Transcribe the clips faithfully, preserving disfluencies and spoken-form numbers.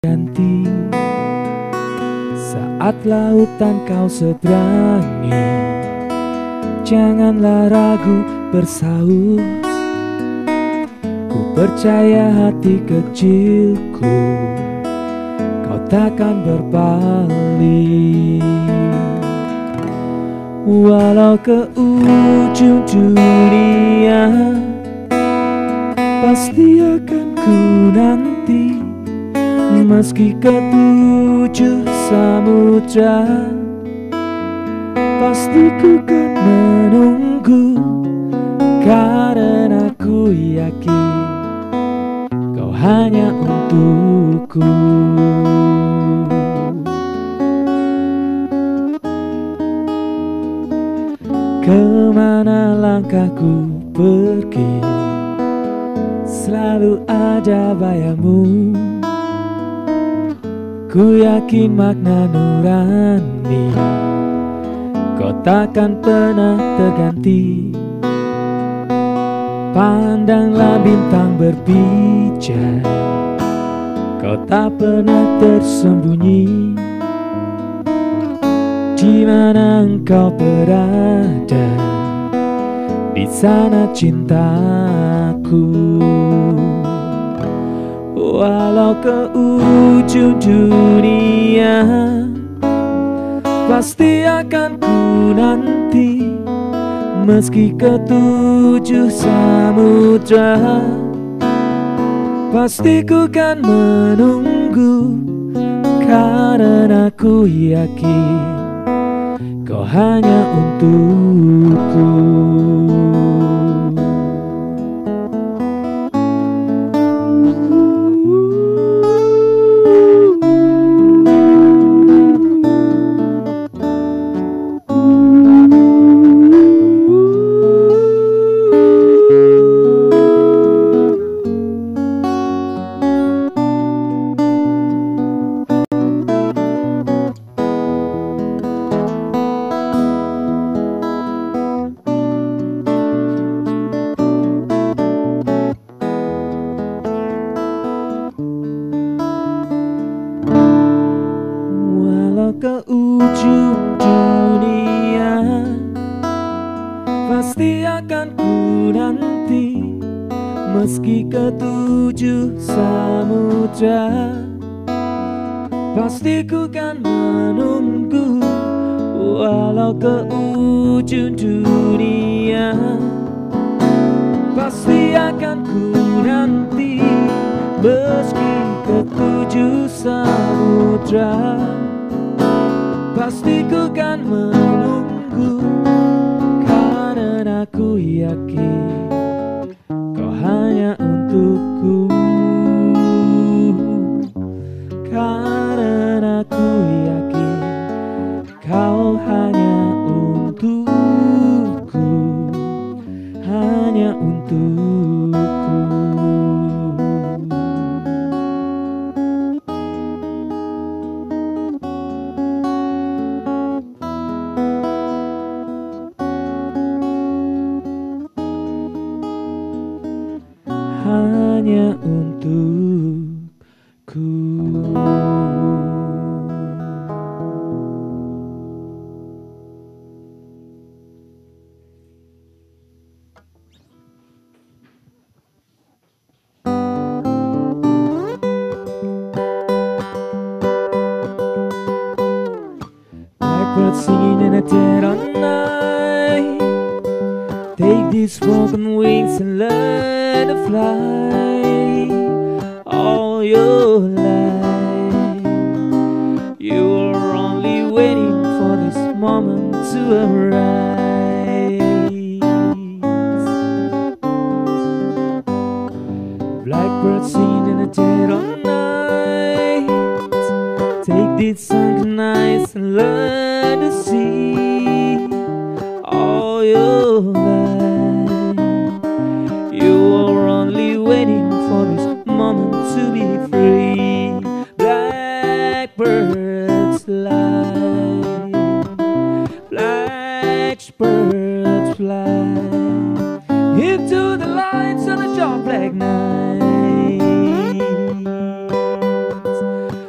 ganti saat lautan kau seberangi. Janganlah ragu bersaut, ku percaya hati kecilku, kau takkan berbalik. Walau ke ujung dunia, pasti akan ku nanti. Meski ke tujuh samudra, pasti ku kan menunggu. Karena ku yakin kau hanya untukku. Kemana langkahku pergi, selalu ada bayangmu. Ku yakin makna nurani kau takkan pernah terganti. Pandanglah bintang berbicara, kau tak pernah tersembunyi. Di mana engkau berada, di sana cintaku. Walau ke ujung dunia, pasti akan ku nanti. Meski ke tujuh samudra, pasti ku kan menunggu. Karena ku yakin kau hanya untukku. Ke ujung dunia, pasti akan ku nanti. Meski ke tujuh samudra, pasti ku kan menunggu. Walau ke ujung dunia, pasti akan ku nanti. Meski ke tujuh samudra, pasti ku kan menunggu. Karena ku yakin kau hanya untukku. Karena ku yakin kau hanya untukku. Hanya untukku. Hanya untukku. Blackbird singing in a dead of night. Take these broken wings and learn to fly all your life. You are only waiting for this moment to arise. Blackbird singing in the dead of night. Take these sunken eyes and learn to see all your life. To be free, blackbirds fly, blackbirds fly into the lights of the dark black night.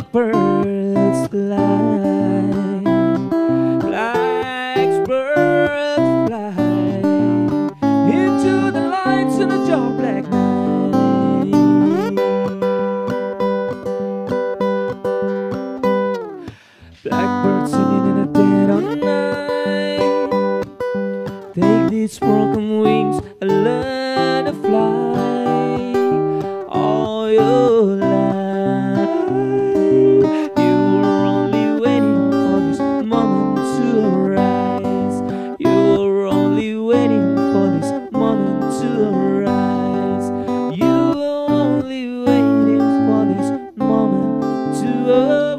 blackbirds fly, blackbirds fly into the lights in a dark black night. Blackbirds singing in the dead of night. Take these broken wings and learn to fly all your life. You were only waiting for this moment to arise. You were only waiting for this moment to arise. You were only waiting for this moment to arise.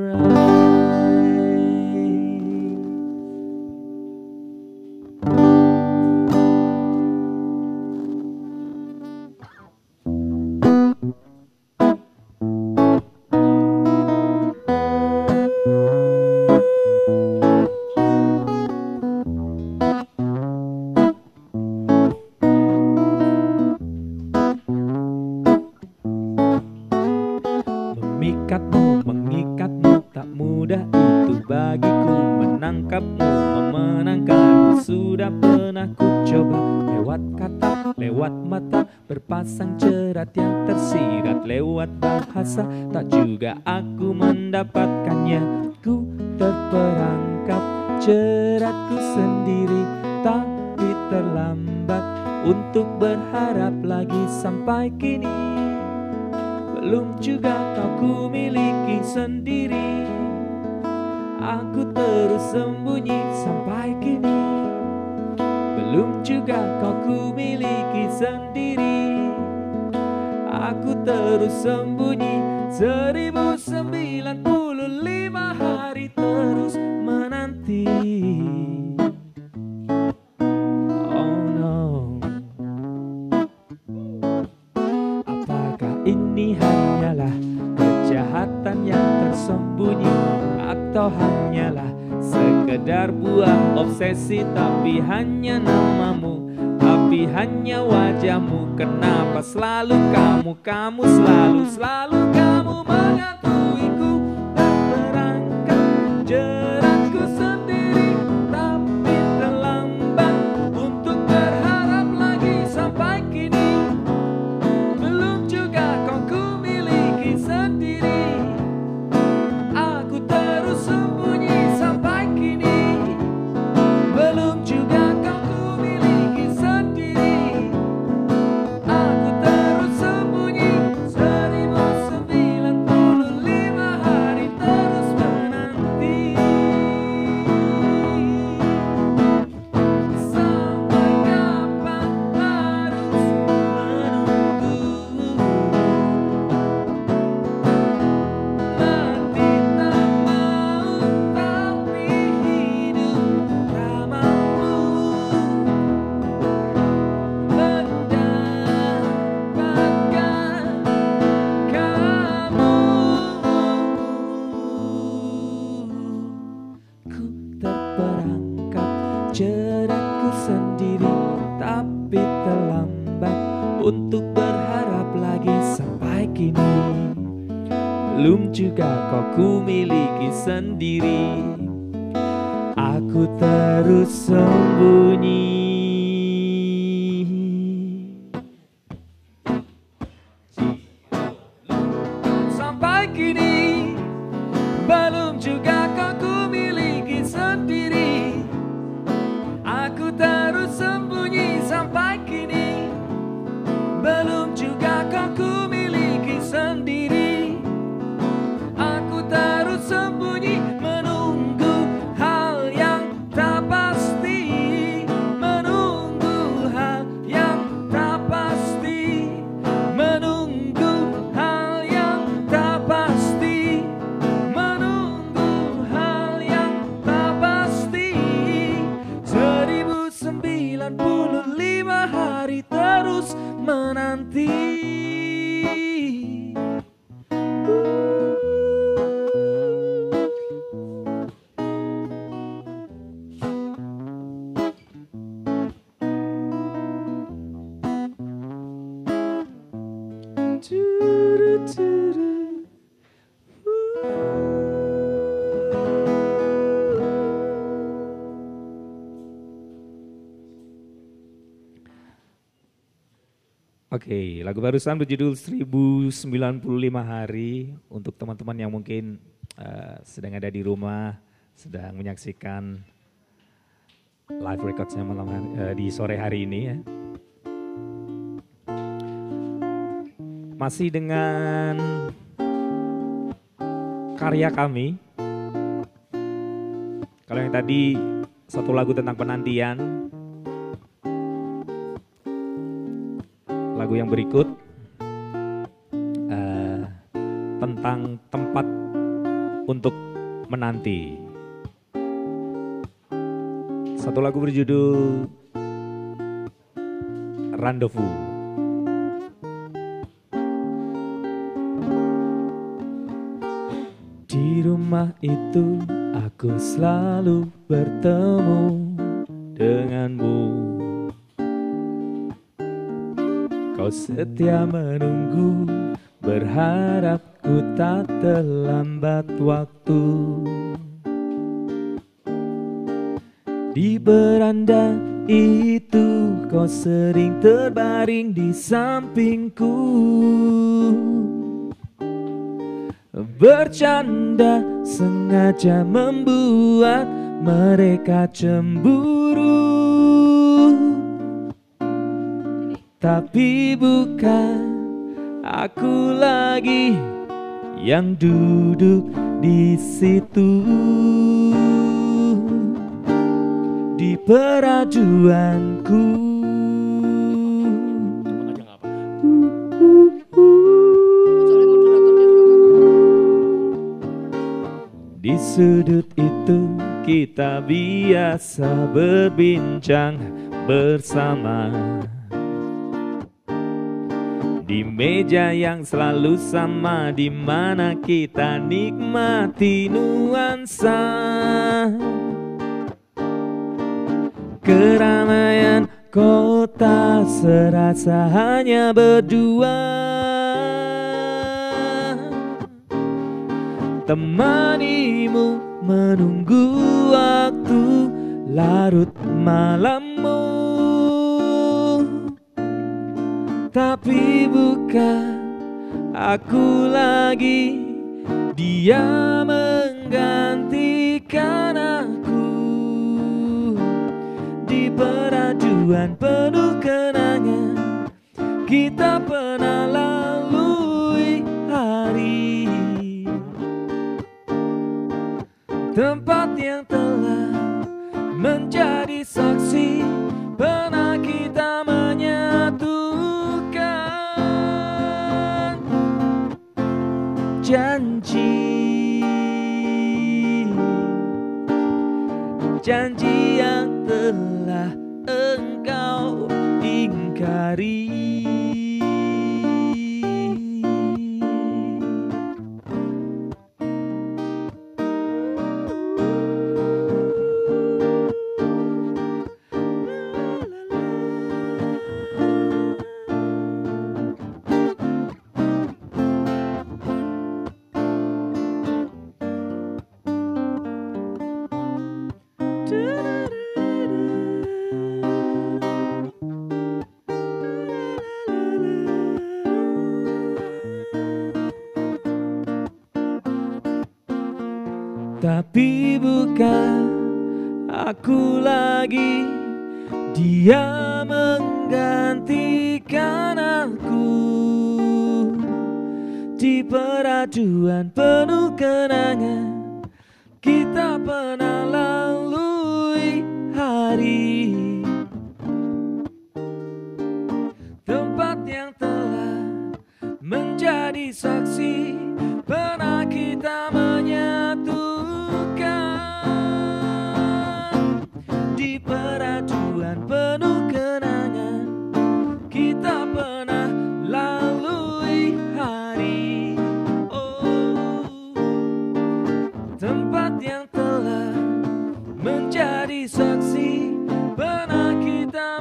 Memikatmu, mengikatmu, tak mudah itu bagiku. Menangkapmu, memenangkanmu, sudah pernah ku coba. Lewat kata, lewat mata, berpasang jerat yang tersirat. Lewat bahasa, tak juga aku mendapatkannya. Ku terperangkap, jeratku sendiri. Tapi terlambat untuk berharap lagi sampai kini. Belum juga kau ku miliki sendiri. Aku terus sembunyi sampai kini. Belum juga kau ku miliki sendiri. Aku terus sembunyi. Seribu sembilan puluh lima hari terus menanti. Oh no. Apakah ini hanyalah kejahatan yang tersembunyi, atau hanyalah sekedar buah obsesi? Tapi hanya namamu, tapi hanya wajahmu. Kenapa selalu kamu, kamu selalu, selalu kamu mengantuiku? Terperangkap jeratku sendiri, tapi terlambat untuk berharap lagi sampai kini. Belum juga kau ku miliki sendiri. Aku terus sembunyi sampai kini. Belum juga kau ku miliki sendiri. Aku terus sembunyi. Seribu sembilan puluh lima hari terus menanti. Sampai kapan harus menunggu? Mati tak mau, tapi hidup tak mampu mendapatkan kamu. Ku terperangkap jeratku sendiri, tapi terlambat untuk berharap lagi sampai kini. Belum juga kau ku miliki sendiri. Aku terus sembunyi sampai kini. Belum juga kau ku miliki sendiri. Aku terus sembunyi sampai kini. Belum juga kau ku miliki sendiri. Aku terus sembunyi menunggu hal yang tak pasti. Menunggu hal yang tak pasti. Menunggu hal yang tak pasti. Menunggu Oke, lagu barusan berjudul seribu sembilan puluh lima hari untuk teman-teman yang mungkin uh, sedang ada di rumah, sedang menyaksikan live recordsnya malam hari, uh, di sore hari ini ya. Masih dengan karya kami. Kalau yang tadi satu lagu tentang penantian, lagu yang berikut uh, tentang tempat untuk menanti. Satu lagu berjudul Rendezvous. Di rumah itu aku selalu bertemu denganmu. Kau setia menunggu, berharap ku tak terlambat waktu. Di beranda itu kau sering terbaring di sampingku, bercanda sengaja membuat mereka cemburu. Tapi bukan aku lagi yang duduk di situ. Di peraduanku di sudut itu kita biasa berbincang bersama. Di meja yang selalu sama, di mana kita nikmati nuansa. Keramaian kota serasa hanya berdua. Temanimu menunggu waktu larut malammu. Tapi bukan aku lagi, dia menggantikan aku. Di peraduan penuh kenangan kita pernah lalui hari. Tempat yang telah menjadi saksi pernah kita menyatukan janji. Janji yang telah engkau ingkari. Tapi bukan aku lagi, dia menggantikan aku. Di peraduan penuh kenangan kita pernah lalui hari. Tempat yang telah menjadi saksi pernah kita menyatu. Di peraduan penuh kenangan kita pernah lalui hari. Oh, tempat yang telah menjadi saksi pernah kita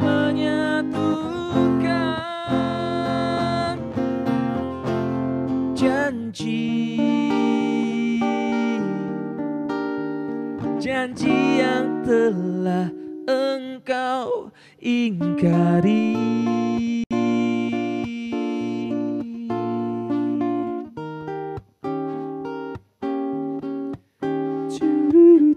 menyatukan janji. Janji yang telah engkau ingkari.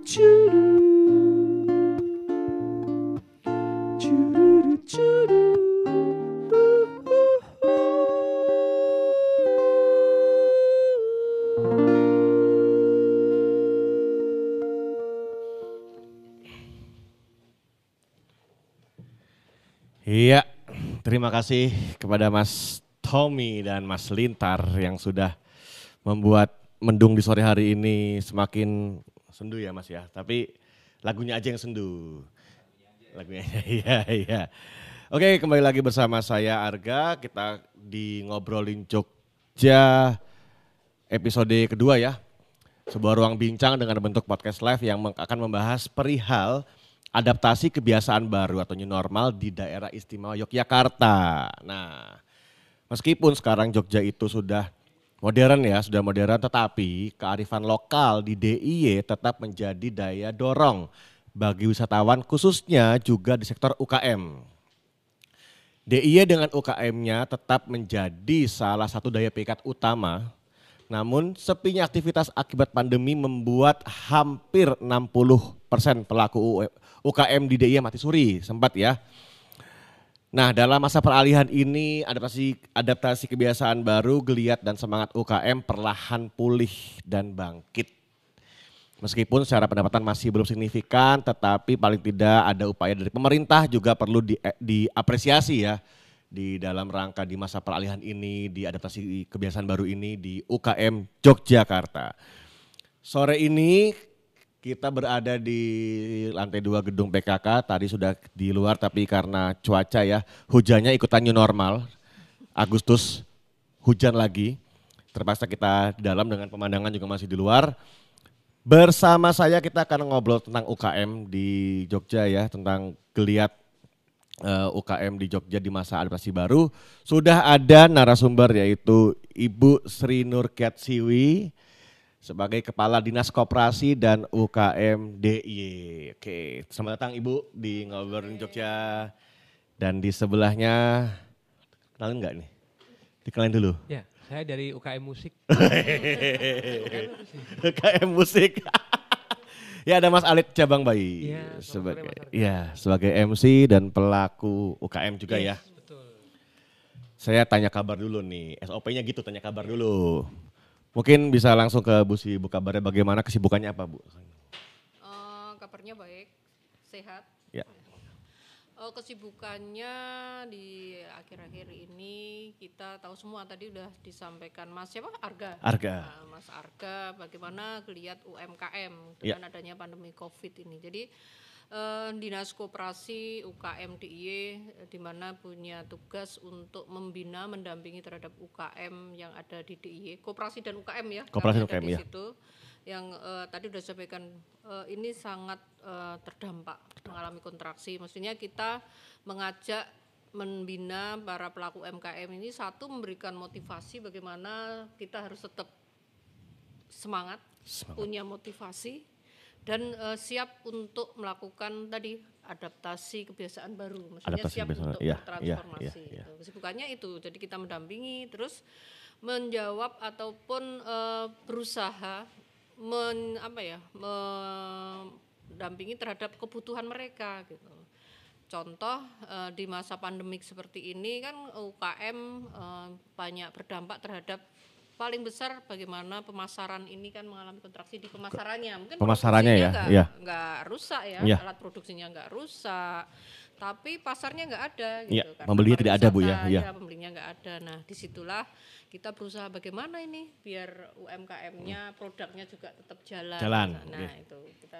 Iya, terima kasih kepada Mas Tommy dan Mas Lintar yang sudah membuat mendung di sore hari ini semakin sendu ya Mas ya. Tapi lagunya aja yang sendu. Lagunya iya iya. Oke, kembali lagi bersama saya Arga. Kita di Ngobrolin Jogja episode kedua ya. Sebuah ruang bincang dengan bentuk podcast live yang akan membahas perihal adaptasi kebiasaan baru atau new normal di daerah istimewa Yogyakarta. Nah, meskipun sekarang Jogja itu sudah modern ya, sudah modern, tetapi kearifan lokal di D I Y tetap menjadi daya dorong bagi wisatawan, khususnya juga di sektor U K M. D I Y dengan U K M-nya tetap menjadi salah satu daya pikat utama. Namun sepinya aktivitas akibat pandemi membuat hampir enam puluh persen pelaku U K M di D I Y mati suri, sempat ya. Nah, dalam masa peralihan ini adaptasi adaptasi kebiasaan baru, geliat dan semangat U K M perlahan pulih dan bangkit. Meskipun secara pendapatan masih belum signifikan, tetapi paling tidak ada upaya dari pemerintah juga perlu di, diapresiasi ya. Di dalam rangka di masa peralihan ini, di adaptasi kebiasaan baru ini di U K M Yogyakarta. Sore ini kita berada di lantai dua gedung P K K, tadi sudah di luar tapi karena cuaca ya, hujannya ikutan new normal. Agustus hujan lagi, terpaksa kita di dalam dengan pemandangan juga masih di luar. Bersama saya kita akan ngobrol tentang U K M di Jogja ya, tentang geliat Uh, U K M di Jogja di masa adaptasi baru. Sudah ada narasumber yaitu Ibu Sri Nurkiatsiwi sebagai Kepala Dinas Koperasi dan U K M D I Y. Oke, selamat datang Ibu di Ngobrolin Jogja. Dan di sebelahnya, kenalin nggak nih? Dikenalin dulu. Ya, saya dari U K M Musik. U K M Musik. Ya, ada Mas Alit Cabang Bayi ya, sebagai ya sebagai M C dan pelaku U K M juga yes, ya. Betul. Saya tanya kabar dulu nih, S O P-nya gitu, tanya kabar dulu. Mungkin bisa langsung ke Bu Si, Bu kabarnya bagaimana, kesibukannya apa Bu? Uh, kabarnya baik, sehat. Ya. Uh, kesibukannya di akhir-akhir ini kita tahu semua tadi udah disampaikan Mas siapa? Arga. Arga. Nah, Mas Arga bagaimana geliat U M K M dengan ya. adanya pandemi Covid ini. Jadi uh, Dinas Koperasi U K M D I Y di mana punya tugas untuk membina, mendampingi terhadap U K M yang ada di D I Y, Koperasi dan U K M ya. Koperasi dan U K M ya. Situ. Yang uh, tadi sudah disampaikan uh, ini sangat uh, terdampak mengalami kontraksi. Maksudnya kita mengajak membina para pelaku U M K M ini satu memberikan motivasi bagaimana kita harus tetap semangat, semangat. punya motivasi dan uh, siap untuk melakukan tadi adaptasi kebiasaan baru. Maksudnya adaptasi siap untuk ya, bertransformasi. Ya, ya, ya. Kesibukannya itu. Jadi kita mendampingi terus menjawab ataupun uh, berusaha Men, apa ya, mendampingi terhadap kebutuhan mereka gitu. Contoh eh, di masa pandemik seperti ini kan U K M eh, banyak berdampak terhadap paling besar bagaimana pemasaran ini kan mengalami kontraksi di pemasarannya. Mungkin pemasarannya ya, enggak, ya. enggak rusak ya, ya, alat produksinya enggak rusak. Tapi pasarnya enggak ada gitu. Ya, pembelinya tidak ada Bu ya. Ya, ya pembelinya enggak ada. Nah, disitulah kita berusaha bagaimana ini biar U M K M-nya produknya juga tetap jalan. Jalan. Nah, ya. itu kita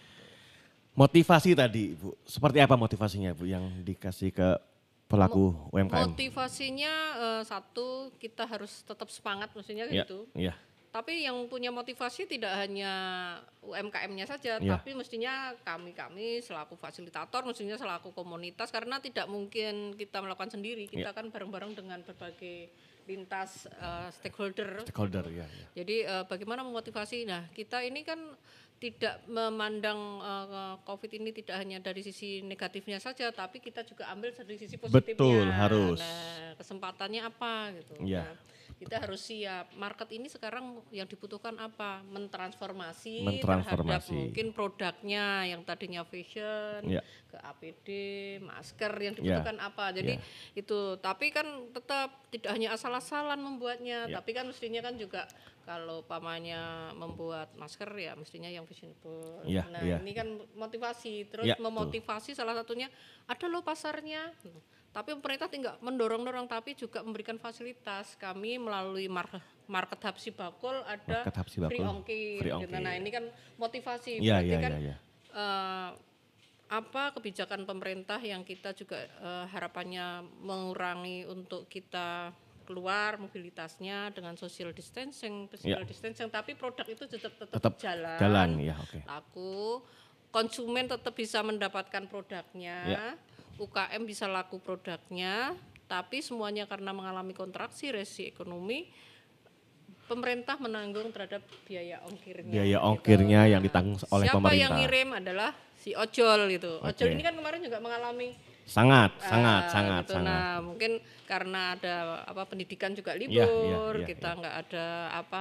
motivasi tadi Bu, seperti apa motivasinya Bu yang dikasih ke pelaku Mo- U M K M? Motivasinya uh, satu kita harus tetap semangat maksudnya ya, gitu. Iya. Tapi yang punya motivasi tidak hanya U M K M-nya saja, ya. tapi mestinya kami-kami selaku fasilitator, mestinya selaku komunitas karena tidak mungkin kita melakukan sendiri. Kita ya. kan bareng-bareng dengan berbagai lintas uh, stakeholder. Stakeholder gitu. ya, ya. Jadi uh, bagaimana memotivasi? Nah, kita ini kan tidak memandang uh, Covid ini tidak hanya dari sisi negatifnya saja, tapi kita juga ambil dari sisi positifnya. Betul, harus. Nah, kesempatannya apa gitu. Ya. Nah, Kita harus siap. Market ini sekarang yang dibutuhkan apa? Mentransformasi, Mentransformasi. terhadap mungkin produknya yang tadinya fashion, Ya. ke A P D, masker yang dibutuhkan Ya. apa. Jadi Ya. itu. Tapi kan tetap tidak hanya asal-asalan membuatnya, Ya. tapi kan mestinya kan juga kalau pamannya membuat masker ya mestinya yang fashionable. Ya, Nah, ya. ini kan motivasi. Terus Ya, betul. memotivasi salah satunya ada loh pasarnya. Tapi pemerintah tidak mendorong-dorong, tapi juga memberikan fasilitas. Kami melalui mar- market hub Sibakul ada Market Hub Sibakul, free ongkir. free gitu. ongkir. Nah ini kan motivasi. Iya, Berarti iya, kan iya, iya. eh, apa kebijakan pemerintah yang kita juga eh, harapannya mengurangi untuk kita keluar mobilitasnya dengan social distancing, physical Ya. distancing, tapi produk itu tetap tetap, Tetap jalan, jalan, ya, oke. laku, konsumen tetap bisa mendapatkan produknya, Ya. U K M bisa laku produknya, tapi semuanya karena mengalami kontraksi resi ekonomi, pemerintah menanggung terhadap biaya ongkirnya. Biaya gitu. ongkirnya yang ditanggung oleh Siapa pemerintah. yang ngirim adalah si ojol gitu. Ojol Oke. ini kan kemarin juga mengalami Sangat, ah, sangat, sangat, gitu. sangat. Nah, mungkin karena ada apa pendidikan juga libur, Iya, iya, iya, kita nggak ada apa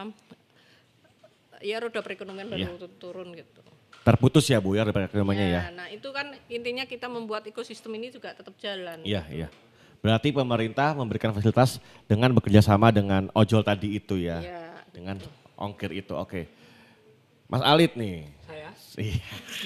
ya roda perekonomian Iya. baru turun gitu. Terputus ya Bu ya perekonomiannya ya. Nah, itu kan intinya kita membuat ekosistem ini juga tetap jalan. Iya, iya. Berarti pemerintah memberikan fasilitas dengan bekerja sama dengan ojol tadi itu ya. Iya. Dengan ongkir itu, oke. Mas Alit nih. Saya Iya.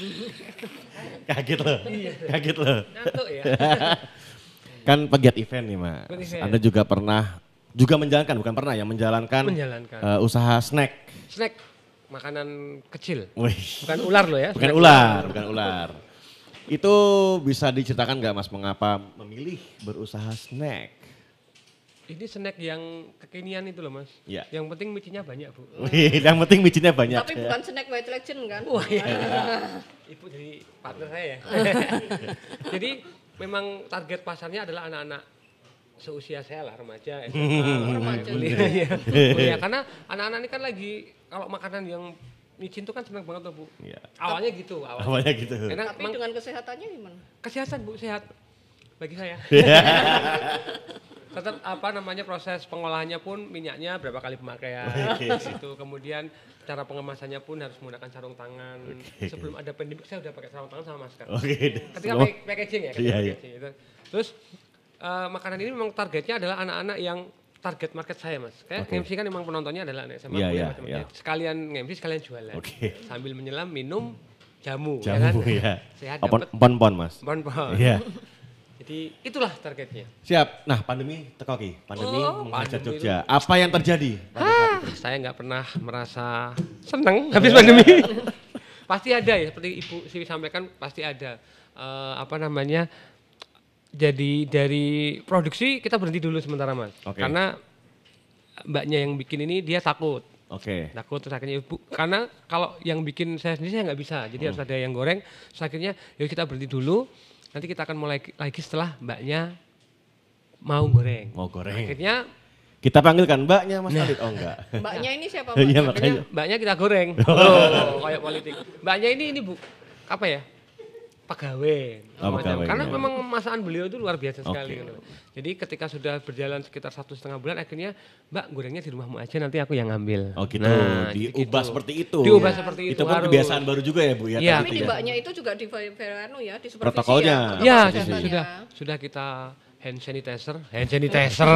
Kaget loh. Kaget loh. ngantuk ya. Kan pegiat event nih Mas. Pegiat event. Anda juga pernah, juga menjalankan, bukan pernah ya, menjalankan, Menjalankan. eh, usaha snack. Snack, makanan kecil. Wih. Bukan ular loh ya. Bukan snack ular, bukan ular. Itu bisa diceritakan nggak Mas mengapa memilih berusaha snack? Ini snack yang kekinian itu loh Mas. Iya. Yang penting micinya banyak Bu. Wih, yang penting micinnya banyak. Tapi ya. bukan snack white legend kan? Wah iya. Ibu jadi partner saya ya. Jadi memang target pasarnya adalah anak-anak seusia saya lah, remaja, S M A, Remaja. kuliah, ya. Kuliah. Karena anak-anak ini kan lagi kalau makanan yang micin itu kan senang banget tuh Bu. Iya. Awalnya gitu, awalnya. Awalnya gitu. Karena Tapi emang dengan kesehatannya gimana? kesehatan Bu, sehat bagi saya. Tetap apa namanya proses pengolahannya pun minyaknya berapa kali pemakaian gitu. Kemudian cara pengemasannya pun harus menggunakan sarung tangan. Oke. Sebelum ada pandemi saya udah pakai sarung tangan sama masker. Oke. Ketika Semua- pack- packaging ya, ketika Iya, iya. packaging itu. Terus eh, makanan ini memang targetnya adalah anak-anak yang target market saya Mas. Kayak Oke. M C kan memang penontonnya adalah anak S M A, Iya, kuliah, iya, macam-macam. iya. Sekalian M C sekalian jualan. Oke. Sambil menyelam minum jamu, ya kan? Jamu ya. Sehat Oh, dapat pon pon Mas. bon-bon. Iya. Jadi itulah targetnya. Siap. Nah, pandemi teko ki. Pandemi Oh, menghajat pandemi Jogja. Apa yang terjadi? Ah, saya nggak pernah merasa senang habis pandemi. Pasti ada ya, seperti Ibu Siwi sampaikan pasti ada. Eh, apa namanya? Jadi dari produksi kita berhenti dulu sementara Mas. Oke. Karena mbaknya yang bikin ini dia takut. Oke. Takut terus akhirnya ibu, karena kalau yang bikin saya sendiri saya nggak bisa, jadi harus ada yang goreng. Terus akhirnya yuk kita berhenti dulu, nanti kita akan mulai lagi setelah mbaknya mau goreng. Mau goreng. Akhirnya Kita panggilkan mbaknya Mas Alit. Oh enggak. Mbaknya ini siapa Iya, Mbak? makanya. akhirnya mbaknya kita goreng. Oh, kayak politik. Mbaknya ini ini Bu, apa ya? Pegawai. Oh, Macam. pegawai, Karena ya. memang masakan beliau itu luar biasa sekali. Oke. gitu. Jadi ketika sudah berjalan sekitar satu setengah bulan, akhirnya Mbak gorengnya di rumahmu aja, nanti aku yang ngambil. Oh gitu. Nah, Diubah gitu. seperti itu. Diubah Ya. seperti itu. Itu pun harus. kebiasaan baru juga ya Bu ya. Iya. tadi Tapi itu di ya? mbaknya itu juga di anu ya, di supervisi Protokolnya. ya. Ya, protokol kesehatannya. sudah sudah kita hand sanitizer, hand sanitizer.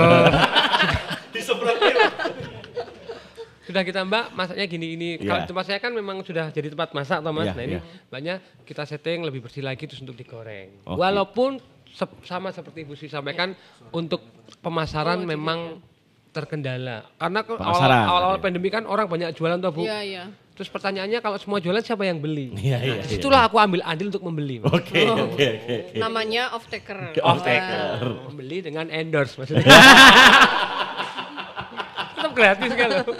Sudah kita Mbak, masaknya gini ini. Iya. Kalau tempat saya kan memang sudah jadi tempat masak toh Mas. Iya, Nah, ini iya. mbaknya kita setting lebih bersih lagi terus untuk digoreng. Oke. Walaupun sep- sama seperti Bu Sri sampaikan untuk pemasaran Oh, jadi memang terkendala. Karena ke- Pemasaran, awal- awal-awal tadi. pandemi kan orang banyak jualan toh Bu. Iya, iya. Terus pertanyaannya kalau semua jualan siapa yang beli? Iya, iya, Nah, iya. itulah aku ambil andil untuk membeli. Mas. Oke, oke, oke. oke. Namanya off taker. Off taker. Membeli dengan endorse maksudnya. Tetap gratis kan loh.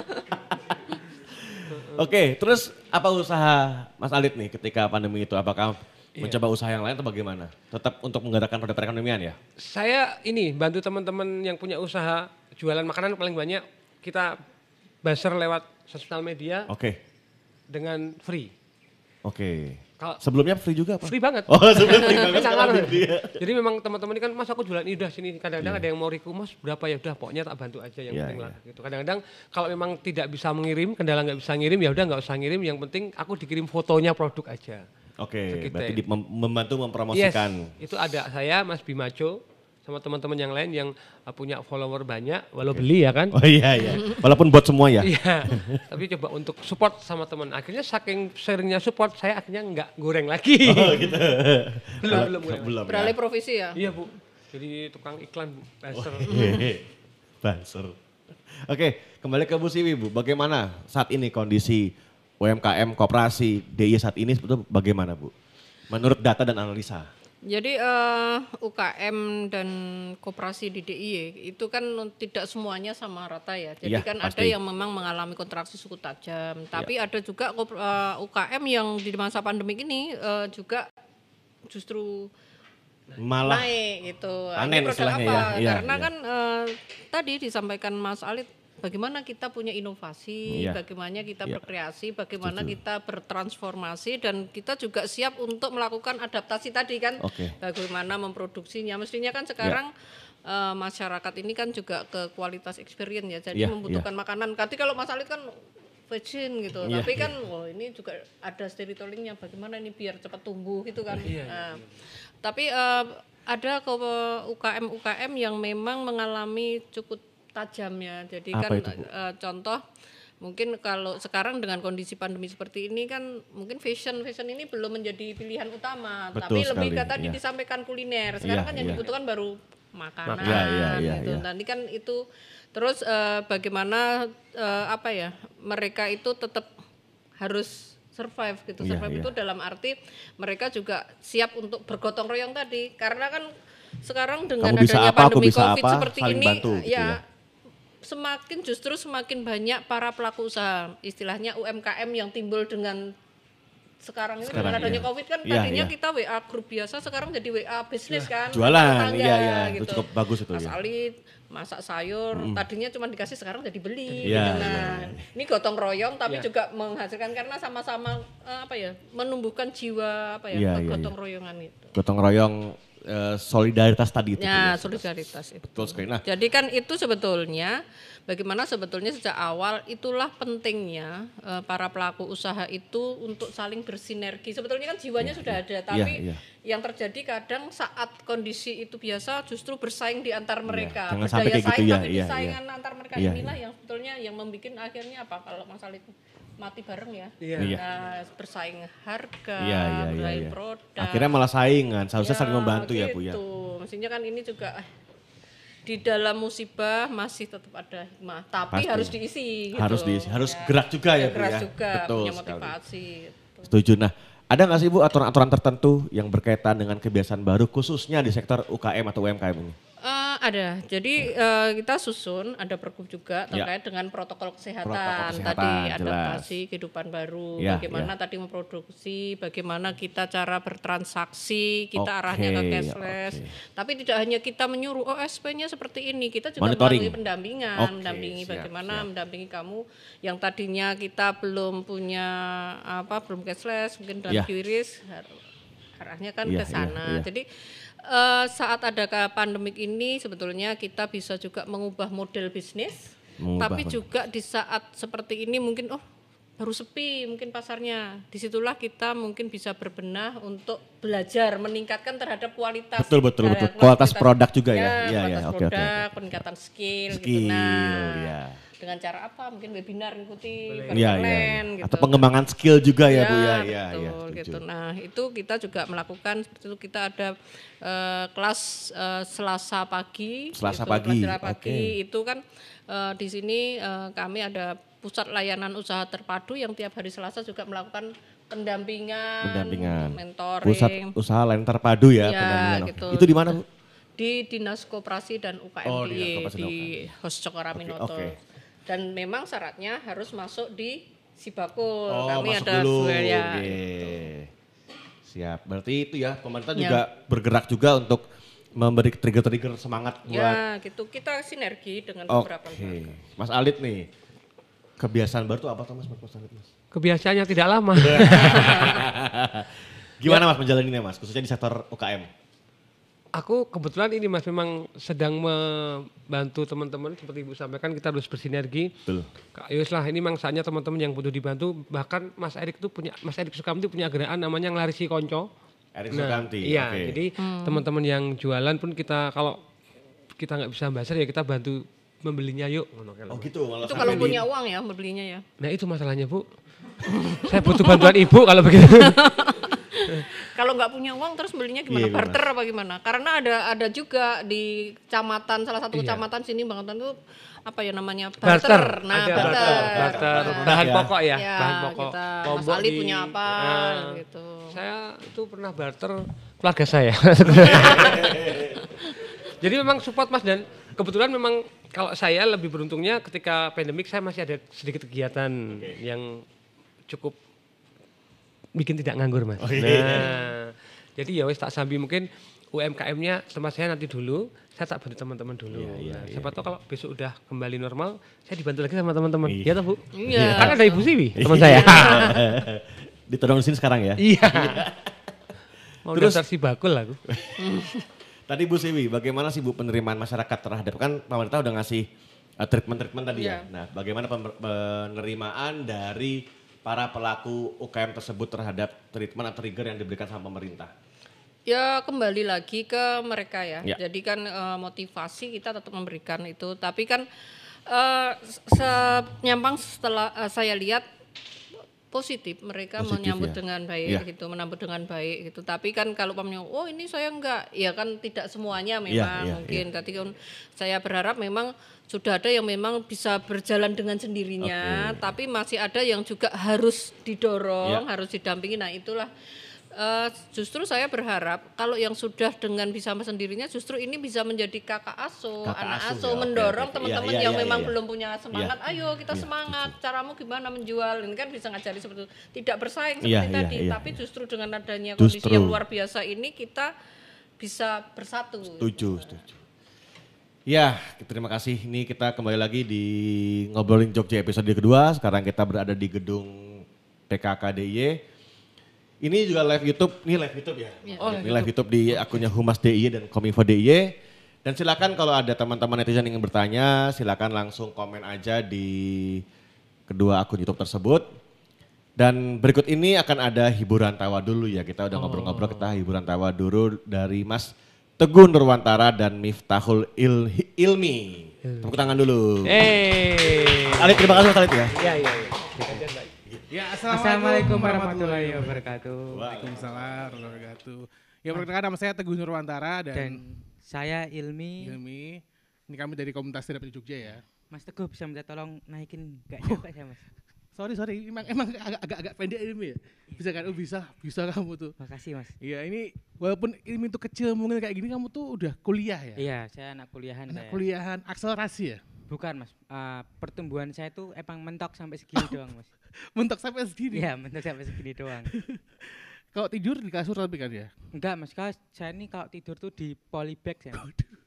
Oke, terus apa usaha Mas Alit nih ketika pandemi itu? Apakah Iya. mencoba usaha yang lain atau bagaimana? Tetap untuk menggerakkan roda perekonomian ya? Saya ini bantu teman-teman yang punya usaha jualan makanan paling banyak kita buzzer lewat sosial media Oke. dengan free. Oke. Kalau Sebelumnya free juga apa? free banget. Oh sebelumnya free banget. Sangat. sekarang free ya. Jadi memang teman-teman ini kan mas aku jualan ini udah sini. Kadang-kadang Iya. ada yang mau reku mas berapa ya udah pokoknya tak bantu aja yang Iya, penting lah. iya. Gitu. Kadang-kadang kalau memang tidak bisa mengirim, kendala nggak bisa ngirim ya udah nggak usah ngirim. Yang penting aku dikirim fotonya produk aja. Oke, Segitu berarti ya. di, mem- membantu Yes, mempromosikan. itu ada saya Mas Bimajo sama teman-teman yang lain yang uh, punya follower banyak, walau beli ya kan. Oh iya iya. Walaupun buat semua ya. Iya, tapi coba untuk support sama teman. Akhirnya saking seringnya support, saya akhirnya nggak goreng lagi. Oh gitu. belum, Kalau- belum, belum. belum. Beralih Ya. profesi ya? Iya bu, jadi tukang iklan buzzer. Hehehe. Banser. Oke, kembali ke Bu Siwi Bu. Bagaimana saat ini kondisi U M K M, koperasi, D I Y saat ini sebetulnya bagaimana Bu? Menurut data dan analisa. Jadi eh, U K M dan koperasi di D I Y itu kan tidak semuanya sama rata ya. Jadi Iya, kan ada pasti. yang memang mengalami kontraksi suku tajam. Tapi ada juga kop- eh, U K M yang di masa pandemi ini eh, juga justru Malah naik gitu. Nah, panen ini produk istilahnya apa? ya, iya, Karena iya. kan eh, tadi disampaikan Mas Alit, bagaimana kita punya inovasi, Iya. bagaimana kita Iya. berkreasi, bagaimana Setuju. kita bertransformasi dan kita juga siap untuk melakukan adaptasi tadi kan. Oke. Bagaimana memproduksinya. Mestinya kan sekarang eh, masyarakat ini kan juga ke kualitas experience ya. Jadi Iya, membutuhkan makanan. Tadi kalau Mas Alit kan virgin gitu. Iya, Tapi iya. kan oh, ini juga ada storytellingnya bagaimana ini biar cepat tumbuh gitu kan. Iya, Nah, tapi eh, ada ke U K M U K M yang memang mengalami cukup tajam ya. Jadi Apa kan itu, Bu? eh, contoh mungkin kalau sekarang dengan kondisi pandemi seperti ini kan mungkin fashion fashion ini belum menjadi pilihan utama. Betul tapi lebih sekali, ke tadi iya. disampaikan kuliner. Sekarang Iya, kan yang iya. dibutuhkan baru makanan Iya, iya, iya, gitu. iya. Nanti kan itu terus eh, bagaimana eh, apa ya mereka itu tetap harus survive gitu. Iya, Survive iya. itu dalam arti mereka juga siap untuk bergotong royong tadi karena kan sekarang dengan Kamu bisa adanya apa, aku pandemi bisa Covid apa, seperti saling ini bantu gitu ya. ya semakin justru semakin banyak para pelaku usaha istilahnya U M K M yang timbul dengan sekarang ini Sekarang, dengan adanya iya. Covid kan Iya, tadinya iya. kita W A grup biasa sekarang jadi W A bisnis kan Jualan, tetangga, iya iya. Itu gitu. cukup bagus itu Mas ya. Alit masak sayur tadinya cuma dikasih sekarang jadi beli Iya, gitu. Nah, ini gotong royong tapi Iya. juga menghasilkan karena sama-sama eh, apa ya menumbuhkan jiwa apa ya Iya, iya, gotong iya. royongan itu. Gotong royong eh, solidaritas tadi itu. Bu, Ya, ya. solidaritas itu. Betul sekali. Nah, Jadi kan itu sebetulnya bagaimana sebetulnya sejak awal itulah pentingnya eh, para pelaku usaha itu untuk saling bersinergi. Sebetulnya kan jiwanya sudah ada, tapi iya. yang terjadi kadang saat kondisi itu biasa justru bersaing di antar mereka. jangan sampai Berdaya kayak gitu saing ya, tapi iya, disaingan antar mereka Iya, inilah iya. yang sebetulnya yang membuat akhirnya apa kalau masalah itu mati bareng ya. Iya. Iya. Nah, bersaing harga, Iya, iya, iya, bersaing iya. produk. Akhirnya malah saingan, seharusnya saling membantu ya Bu ya. gitu. Mestinya kan ini juga eh, di dalam musibah masih tetap ada hikmah, tapi Pasti. harus diisi. Gitu. Harus diisi, harus gerak juga ya, Bu Gerak ya. juga, Betul punya sekali. motivasi. gitu. Setuju. Nah, ada nggak sih Bu aturan-aturan tertentu yang berkaitan dengan kebiasaan baru khususnya di sektor U K M atau U M K M ini? Eh, ada, jadi eh, kita susun ada pergub juga Ya. terkait dengan protokol kesehatan, Protokol kesehatan, tadi jelas. adaptasi kehidupan baru, Ya, bagaimana ya. tadi memproduksi, bagaimana kita cara bertransaksi, kita Oke, arahnya ke cashless. oke. Tapi tidak hanya kita menyuruh O S P-nya seperti ini, kita juga Monitoring. melalui pendampingan, Oke, mendampingi siap, bagaimana siap. mendampingi kamu yang tadinya kita belum punya apa, belum cashless, mungkin dan Ya. Q R I S arahnya kan Iya, ke sana. iya, iya. Jadi eh, saat ada ke- pandemik ini sebetulnya kita bisa juga mengubah model bisnis, Mengubah tapi model. juga di saat seperti ini mungkin oh baru sepi mungkin pasarnya. Disitulah kita mungkin bisa berbenah untuk belajar meningkatkan terhadap kualitas. Betul, betul, eh, betul. Kualitas produk juga ya? Ya, Iya, iya, kualitas oke, oke, produk, oke. peningkatan skill, gitu. Skill, Nah, ya. dengan cara apa? Mungkin webinar ikuti, Boleh. Iya, iya. online, iya. gitu. Atau pengembangan skill juga ya, Bu ya. Ya, Iya, iya. betul setuju. gitu. Nah, itu kita juga melakukan seperti itu kita ada eh, kelas eh, Selasa pagi. Selasa gitu. pagi, Kelas Selasa pagi oke. itu kan eh, di sini eh, kami ada pusat layanan usaha terpadu yang tiap hari Selasa juga melakukan pendampingan, Pendampingan. mentoring. Pusat usaha lain terpadu ya, Iya, pendampingan. Oke. gitu. Itu di mana, Bu? Di Dinas Koperasi dan U K M Oh, D Dinas Y Koperasi dan di U K M. Hos Cokoraminoto. Oke, oke. Dan memang syaratnya harus masuk di Sibakul. Oh, Kami masuk ada dulu. dua ya. Oke. Siap. Berarti itu ya, pemerintah Ya. juga bergerak juga untuk memberi trigger-trigger semangat buat. Ya, gitu. Kita sinergi dengan Oke. beberapa lembaga. Mas Alit nih, kebiasaan baru tuh apa tuh Mas? Mas Alit, Mas? kebiasaannya tidak lama. Gimana Mas menjalaninya Mas, khususnya di sektor U K M? Aku kebetulan ini Mas memang sedang membantu teman-teman seperti Ibu sampaikan kita harus bersinergi. Betul. Kak Yus lah ini memang saatnya teman-teman yang butuh dibantu. Bahkan Mas Erik itu punya Mas Erik Sukamti punya gerakan namanya Nglarisi Konco. Erik Nah, Sukamti. iya, Oke. jadi teman-teman yang jualan pun kita kalau kita nggak bisa bazar ya kita bantu membelinya yuk. Oh gitu. Malah Itu sampai kalau di- punya uang ya membelinya ya. Nah itu masalahnya Bu. Saya butuh bantuan Ibu kalau begitu. Kalau nggak punya uang terus belinya gimana? Iya, gimana? Barter apa gimana? Karena ada ada juga di kecamatan salah satu Iya. kecamatan sini Bangtan itu apa ya namanya Barter. barter. Nah, Ada barter. barter. Nah, Bahan Ya. pokok ya, ya, bahan pokok. kita Mas Lombok Ali di- punya apa Nah, gitu. Saya itu pernah barter keluarga saya. Jadi memang support Mas dan kebetulan memang kalau saya lebih beruntungnya ketika pandemik saya masih ada sedikit kegiatan yang cukup bikin tidak nganggur Mas. Nah, jadi ya wes tak sambil mungkin U M K M-nya tempat saya nanti dulu, saya tak bantu teman-teman dulu. Nah, siapa tahu kalau besok udah kembali normal, saya dibantu lagi sama teman-teman. Iya toh Bu? Iya. Kan ada Ibu Siwi, teman saya. Ditodong sini sekarang ya. Iya. Mau Terus- daftar si bakul aku. Tadi Bu Siwi, bagaimana sih Bu penerimaan masyarakat terhadap, kan pemerintah udah ngasih uh, treatment-treatment tadi ya. Iya. Nah bagaimana pemer- penerimaan dari para pelaku U K M tersebut terhadap treatment atau trigger yang diberikan sama pemerintah? Ya kembali lagi ke mereka ya. Ya. Jadi kan eh, motivasi kita tetap memberikan itu. Tapi kan eh, se- nyampang setelah eh, saya lihat positif mereka Positif, menyambut ya. dengan baik Ya. gitu, menambut dengan baik gitu. Tapi kan kalau pamannya, oh ini saya enggak, ya kan tidak semuanya memang Ya, ya, mungkin. Tadi kan saya berharap memang sudah ada yang memang bisa berjalan dengan sendirinya, tapi masih ada yang juga harus didorong, Ya. harus didampingi. Nah itulah. Eh, justru saya berharap kalau yang sudah dengan bisa sendirinya justru ini bisa menjadi kakak asuh, Kakak anak asuh, asuh, ya, oke, mendorong oke. teman-teman Iya, iya, yang iya, memang iya. belum punya semangat. Iya. Ayo kita Iya, semangat. Caramu gimana menjual? Ini kan bisa ngajari seperti itu. Tidak bersaing Iya, seperti iya, tadi, iya. tapi justru dengan adanya kondisi Justru. yang luar biasa ini kita bisa bersatu. Setuju, setuju. Ya, terima kasih. Ini kita kembali lagi di Ngobrolin Jogja episode kedua. Sekarang kita berada di gedung P K K D I Y. Ini juga live YouTube, ini live YouTube ya? Iya. Oh, Ini live YouTube di akunnya Humas D I Y dan Kominfo D I Y. Dan silakan kalau ada teman-teman netizen yang ingin bertanya, silakan langsung komen aja di kedua akun YouTube tersebut. Dan berikut ini akan ada hiburan tawa dulu ya. Kita udah ngobrol-ngobrol, kita hiburan tawa dulu dari Mas Teguh Nurwantara dan Miftahul Il Ilmi. Tepuk tangan dulu. Eh. Alif, terima kasih Mas Alif ya. Iya, iya, iya. Ya, Assalamualaikum warahmatullahi wabarakatuh. Waalaikumsalam warahmatullahi wabarakatuh. Ya perkenalkan nama saya Teguh Nurwantara dan, Dan saya Ilmi. Ilmi. Ini kami dari komunitas terapi Jogja ya. Mas Teguh bisa minta tolong naikin gak nyampe saya Mas. Sorry sorry, emang emang agak agak, agak pendek Ilmi ya. Bisa kan? Oh bisa, bisa kamu tuh. Makasih Mas. Iya ini walaupun Ilmi tuh kecil mungkin kayak gini kamu tuh udah kuliah ya. Iya, saya anak kuliahan Anak saya. kuliahan akselerasi ya. Bukan Mas, uh, pertumbuhan saya tuh emang mentok sampai segini doang Mas. Mentok sampai segini. Iya, mentok sampai segini doang. Kalau tidur di kasur tapi kan ya. Enggak Mas, kalau saya ini kalau tidur tuh di polybag saya.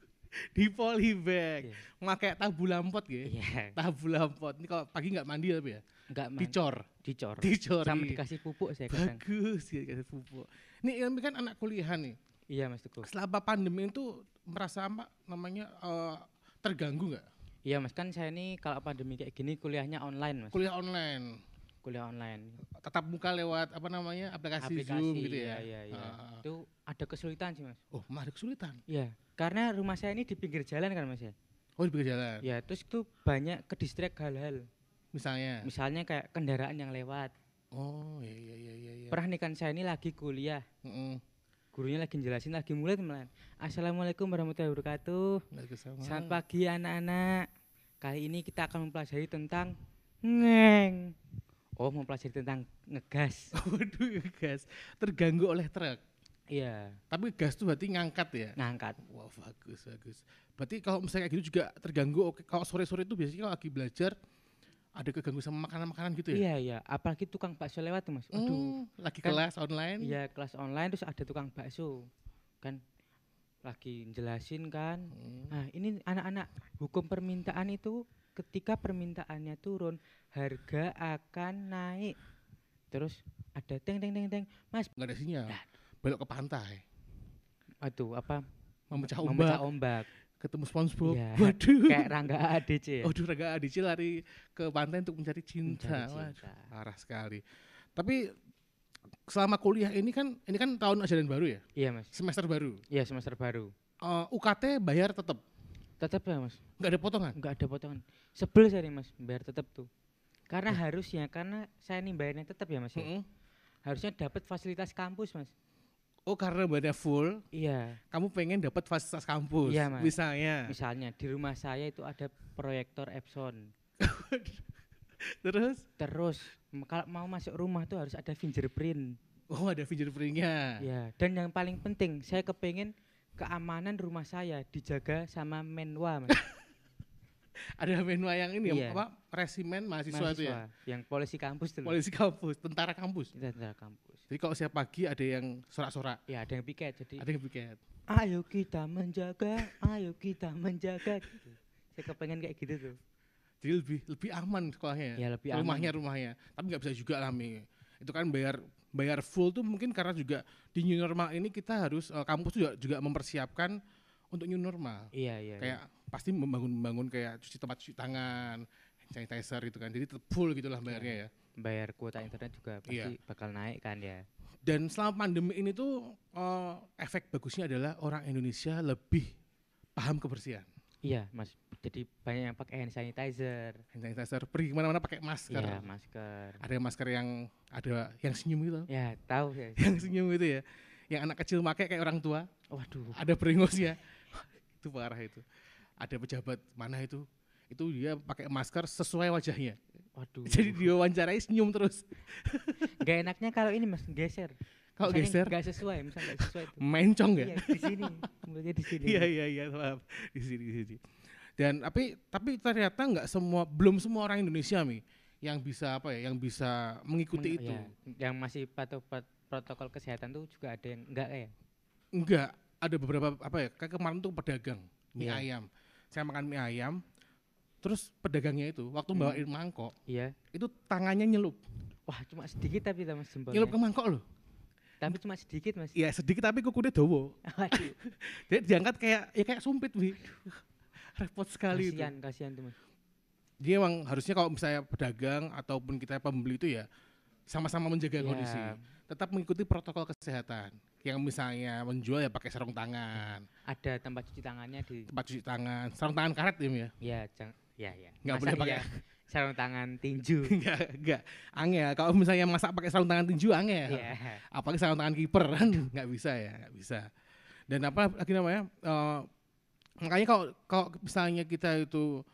Di polybag. Iya. Pakai tabu lampot ya. Iya, Tabu lampot. Ini kalau pagi nggak mandi tapi ya. enggak Mas. Dicor. Dicor. Dicor. Sama iya. dikasih pupuk saya kadang. Bagus ya kasih pupuk. Nih Ilmi kan anak kuliahan nih. Iya Mas Teguh. Selama pandemi itu merasa apa namanya eh, terganggu nggak? Iya Mas, kan saya ini kalau pandemi kayak gini kuliahnya online Mas. Kuliah online, Kuliah online. tatap muka lewat apa namanya aplikasi, Aplikasi, Zoom gitu ya? iya, iya, iya. Ah. Itu ada kesulitan sih Mas. Oh, malah ada kesulitan. Iya, karena rumah saya ini di pinggir jalan kan Mas ya. Oh, di pinggir jalan. Ya, terus itu banyak ke distrik hal-hal. Misalnya. Misalnya kayak kendaraan yang lewat. Oh, iya iya iya iya. iya. Pernah nih kan saya ini lagi kuliah. Mm-mm. Gurunya lagi jelasin, lagi mulai teman. Assalamualaikum warahmatullahi wabarakatuh. Waalaikumsalam. Selamat pagi anak-anak. Kali ini kita akan mempelajari tentang ngeng. Oh, mempelajari tentang ngegas. Waduh, gas. Terganggu oleh truk. Iya, Tapi gas tuh berarti ngangkat ya? ngangkat. Wah, bagus bagus. Berarti kalau misalnya kayak gitu juga terganggu. Oke, kalau sore-sore itu biasanya kalau lagi belajar ada keganggu sama makanan-makanan gitu ya? Iya, iya. Apalagi tukang bakso lewat tuh Mas. Waduh. Hmm, lagi Kan- kelas online. Iya, kelas online terus ada tukang bakso. Kan lagi jelasin kan. Hmm. Nah, ini anak-anak, hukum permintaan itu ketika permintaannya turun, harga akan naik. Terus ada teng teng teng teng, Mas. Nggak ada sinyal. Belok ke pantai. Aduh, apa? Memecah Memecah ombak. ombak. Ketemu SpongeBob. Iya. Waduh. Kayak Rangga A D C ya. Waduh, Rangga A D C lari ke pantai untuk mencari cinta. Mencari Waduh, cinta. parah sekali. Tapi selama kuliah ini kan ini kan tahun ajaran baru ya? Iya, Mas. Semester baru. Iya, semester baru. Uh, U K T bayar tetap. Tetap ya, Mas. Nggak ada potongan. Enggak ada potongan. Sebel saya nih, Mas, bayar tetap tuh. Karena harusnya karena saya nih bayarnya tetap ya, Mas. Ya. Mm-mm. Harusnya dapat fasilitas kampus, Mas. Oh, karena bayarnya full, Iya. kamu pengen dapat fasilitas kampus. Iya, Mas. Misalnya. Misalnya di rumah saya itu ada proyektor Epson. Terus? Terus m- kalau mau masuk rumah tuh harus ada fingerprint. Oh, ada fingerprintnya. Ya, dan yang paling penting saya kepengen keamanan rumah saya dijaga sama menwa, Mas. Ada menu yang ini Iya. apa? Resimen mahasiswa, itu ya. Mahasiswa, yang polisi kampus tuh. Polisi kampus, tentara kampus. Itu tentara kampus. Jadi kalau siap pagi ada yang sorak-sorak, Ya, ada yang piket jadi ada yang piket. ayo kita menjaga, ayo kita menjaga gitu. Saya kepengen kayak gitu tuh. Jadi lebih lebih aman sekolahnya. Ya, lebih aman. rumahnya rumahnya. Tapi nggak bisa juga lah, Mi. Itu kan bayar bayar full tuh mungkin karena juga di new normal ini kita harus uh, kampus juga juga mempersiapkan untuk new normal. Iya, iya. Kayak pasti membangun-membangun kayak cuci tempat cuci tangan, hand sanitizer gitu kan. Jadi tetap full gitulah bayarnya ya. Bayar kuota internet juga pasti Iya. bakal naik kan ya. Dan selama pandemi ini tuh uh, efek bagusnya adalah orang Indonesia lebih paham kebersihan. Iya, Mas. Jadi banyak yang pakai hand sanitizer. Hand sanitizer, pergi kemana-mana pakai masker. Iya, masker. Ada masker yang ada yang senyum gitu. Ya, tahu ya. Yang senyum itu ya. Yang anak kecil pakai kayak orang tua. Waduh. Ada beringosnya. Itu parah itu. Ada pejabat mana itu? Itu dia pakai masker sesuai wajahnya. Waduh. Jadi dia wawancarai senyum terus. Gak enaknya kalau ini Mas geser. Kalau Misalnya geser Gak sesuai, misalnya gak sesuai tuh. mencong ya? Iya, di sini. Mulutnya di sini. Iya iya iya, maaf. Di sini di sini. Dan tapi tapi ternyata nggak semua belum semua orang Indonesia Mi yang bisa apa ya, yang bisa mengikuti Meng- itu. ya, yang masih patuh pat- protokol kesehatan tuh juga ada yang enggak ya. Enggak, ada beberapa apa ya, kayak kemarin tuh pedagang mie Iya. ayam. Saya makan mie ayam, terus pedagangnya itu waktu Hmm. bawain mangkok, Iya. itu tangannya nyelup. Wah, cuma sedikit tapi Mas jempolnya. Nyelup ke mangkok loh. Tapi cuma sedikit, Mas. Iya, sedikit tapi kukunya dawa. Waduh. Jadi diangkat kayak ya kayak sumpit, Bi. Repot sekali itu. Kasihan, kasihan tuh, Mas. Dia emang harusnya kalau misalnya pedagang ataupun kita pembeli itu ya sama-sama menjaga Iya. kondisi. Tetap mengikuti protokol kesehatan. Yang misalnya menjual ya pakai sarung tangan, Ada tempat cuci tangannya di tempat cuci tangan, sarung tangan karet ya, Mi, ya. ya, jang, ya, ya. Nggak Masa boleh pakai. iya sarung tangan tinju. Enggak, enggak. Angel. Kalau misalnya masak pakai sarung tangan tinju angel. Iya. Apalagi sarung tangan kiper kan nggak bisa ya, nggak bisa. Dan apa lagi namanya? eh, makanya kalau kalau misalnya kita itu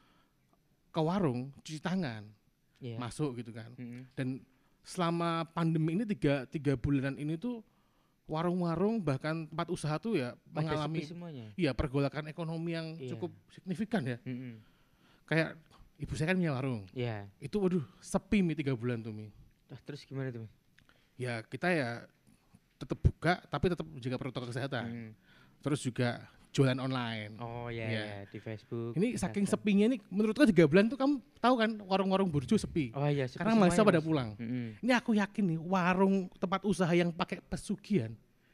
ke warung cuci tangan, Iya. masuk gitu kan. Mm-mm. Dan selama pandemi ini tiga, tiga bulanan ini tuh warung-warung bahkan tempat usaha tuh ya Pada mengalami sepi semuanya. iya pergolakan ekonomi yang Iya. cukup signifikan ya. Mm-mm. Kayak ibu saya kan punya warung. Iya. Itu waduh sepi mi tiga bulan tuh mi. Wah, terus gimana tuh, Mas? Ya kita ya tetap buka tapi tetap jaga protokol kesehatan. Mm. Terus juga jualan online. Oh iya, Iya. iya, di Facebook. Ini saking Instagram. sepinya ini menurutku tiga bulan tuh kamu tahu kan warung-warung burjo sepi. Oh iya, sepi Karena mahasiswa semuanya, pada Mas. pulang. Mm-mm. Ini aku yakin nih warung tempat usaha yang pakai pesugihan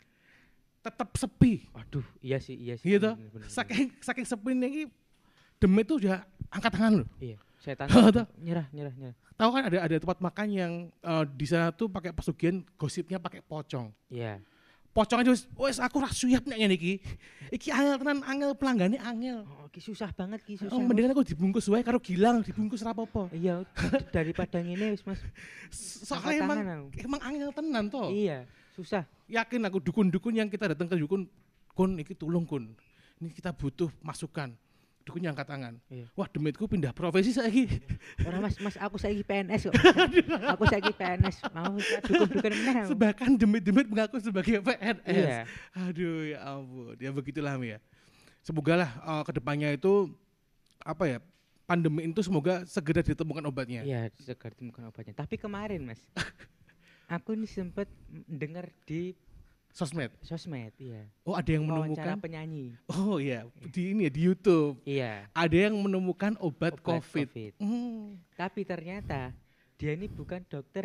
tetap sepi. Waduh, iya sih, iya sih. Iya toh? bener, bener, bener. Saking saking sepinya ini Demit tuh udah angkat tangan loh. Iya, saya Oh, tanya. toh? nyerah, nyerah, nyerah. Tahu kan ada ada tempat makan yang eh, di sana tuh pakai pesugihan, gosipnya pakai pocong. Iya. Pocong aja wis wis aku ra suyap nek ngene iki. Iki angel tenan, angel pelanggane angel. Oh, ki susah banget ki susah. Oh, Mas. mendingan aku dibungkus wae karo Gilang, dibungkus ra apa-apa. Iya, daripada ngene wis Mas. Soalnya Angkat emang tangan aku. emang angel tenan toh. Iya, susah. Yakin aku dukun-dukun yang kita datang ke dukun, kun iki tulung kun. Ini kita butuh masukan. Dukunnya angkat tangan. Iya. Wah, Demitku pindah profesi saiki. Ora Mas, Mas aku saiki P N S kok. Aku saiki P N S. Mau dukun-dukun meneh. aku. Bahkan Demit-Demit mengaku sebagai P N S. Iya. Aduh ya ampun, ya begitulah Mi ya. Semoga lah uh, kedepannya itu apa ya, pandemi itu semoga segera ditemukan obatnya. Iya, segar ditemukan obatnya. Tapi kemarin Mas, aku ini sempat dengar di Sosmed. sosmed, iya. Oh ada yang Wawancara menemukan. penyanyi. Oh iya di ini ya di YouTube. Iya. Ada yang menemukan obat, Obat COVID. COVID. Hmm. Tapi ternyata dia ini bukan dokter. Oh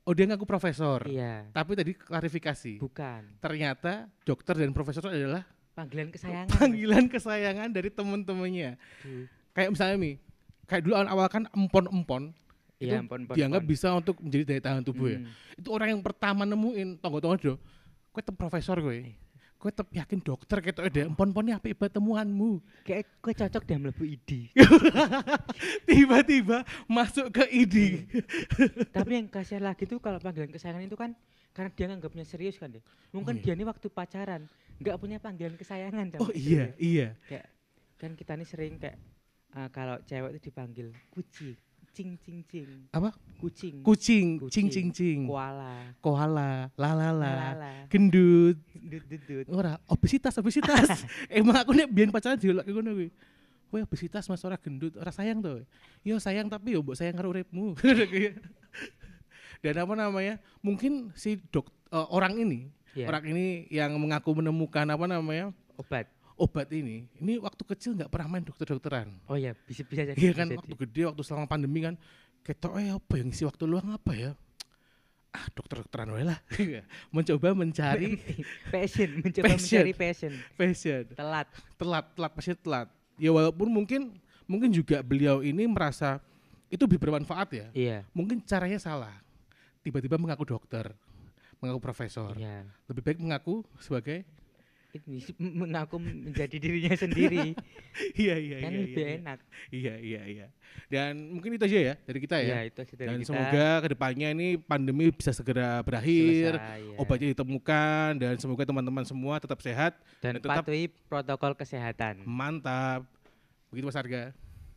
Oh dia ngaku profesor. Iya. Tapi tadi klarifikasi. Bukan. Ternyata dokter dan profesor itu adalah Panggilan kesayangan. panggilan kesayangan dari teman-temannya. Duh. Kayak misalnya nih, kayak dulu awal kan empon-empon. Iya, itu empon-empon. dianggap bisa untuk menjadi daya tahan tubuh ya. Hmm. Itu orang yang pertama nemuin tonggo-tonggo do. Kowe tem profesor kowe. Kowe tetep yakin dokter ketok ada empon-empone apik banget temuanmu. Kayak kowe cocok dia mlebu I D. Tiba-tiba masuk ke I D. Tapi yang kasihan lagi tuh kalau panggilan kesayangan itu kan karena dia nganggapnya serius kan deh. Mungkin Oh, iya. dia ini waktu pacaran nggak punya panggilan kesayangan. Oh iya, iya. Kayak kan kita nih sering kayak uh, kalau cewek itu dipanggil kucing, cing cing cing. Apa? Kucing. Kucing, Kucing. cing cing cing. Koala. Koala, lalala, Lalala. gendut. Dut dut dut. Ora, obesitas, obesitas. Emang aku nek biyen pacaran diolak ngono kuwi. Kowe obesitas Mas ora gendut, ora sayang to. Yo sayang tapi yo mbok sayang karo uripmu. Dan apa namanya? Mungkin si dok uh, orang ini, Iya. orang ini yang mengaku menemukan apa namanya? Obat. Obat ini. Ini waktu kecil nggak pernah main dokter-dokteran. Oh iya, bisa bisa jadi. Iya bisa kan jadi. waktu gede waktu selama pandemi kan ketok eh apa yang isi waktu luang apa ya? Ah dokter-dokteran wae lah. Mencoba mencari passion, mencoba Passion. mencari passion. passion. Telat. Telat, telat pasti telat. Ya walaupun mungkin mungkin juga beliau ini merasa itu lebih bermanfaat ya. Iya. Mungkin caranya salah. Tiba-tiba mengaku dokter, mengaku profesor. Iya. Lebih baik mengaku sebagai Ini sih m- mengaku menjadi dirinya sendiri. iya iya Kan iya, lebih iya, enak. Iya iya iya. Dan mungkin itu aja ya dari kita ya. Iya, itu aja dari Dan kita. semoga kedepannya ini pandemi bisa segera berakhir, Selesai, ya. obatnya ditemukan dan semoga teman-teman semua tetap sehat Dan dan tetap patuhi protokol kesehatan. mantap. Begitu Mas Arga.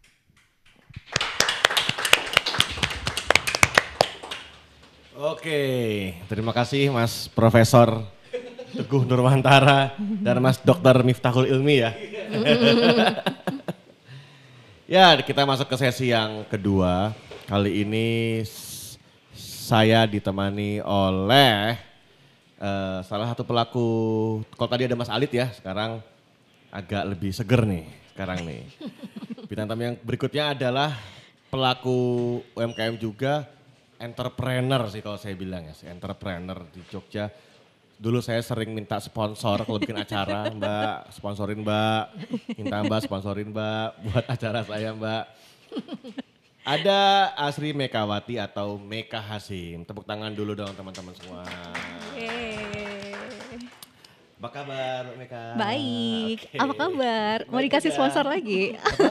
Oke, terima kasih Mas Profesor Teguh Nurmantara dan Mas Dokter Miftahul Ilmi ya. Ya, kita masuk ke sesi yang kedua. Kali ini s- saya ditemani oleh eh, salah satu pelaku, kalau tadi ada Mas Alit ya, sekarang agak lebih seger nih sekarang nih. Bintang tamu yang berikutnya adalah pelaku U M K M juga, entrepreneur sih kalau saya bilang ya, si entrepreneur di Jogja. Dulu saya sering minta sponsor kalau bikin acara, Mbak, sponsorin Mbak, minta Mbak sponsorin Mbak buat acara saya Mbak. Ada Asri Mekawati atau Meka Hasim, tepuk tangan dulu dong teman-teman semua. Yeay. Apa kabar Mbak Meka? Baik, Oke. apa kabar? Mau Baik dikasih juga. sponsor lagi?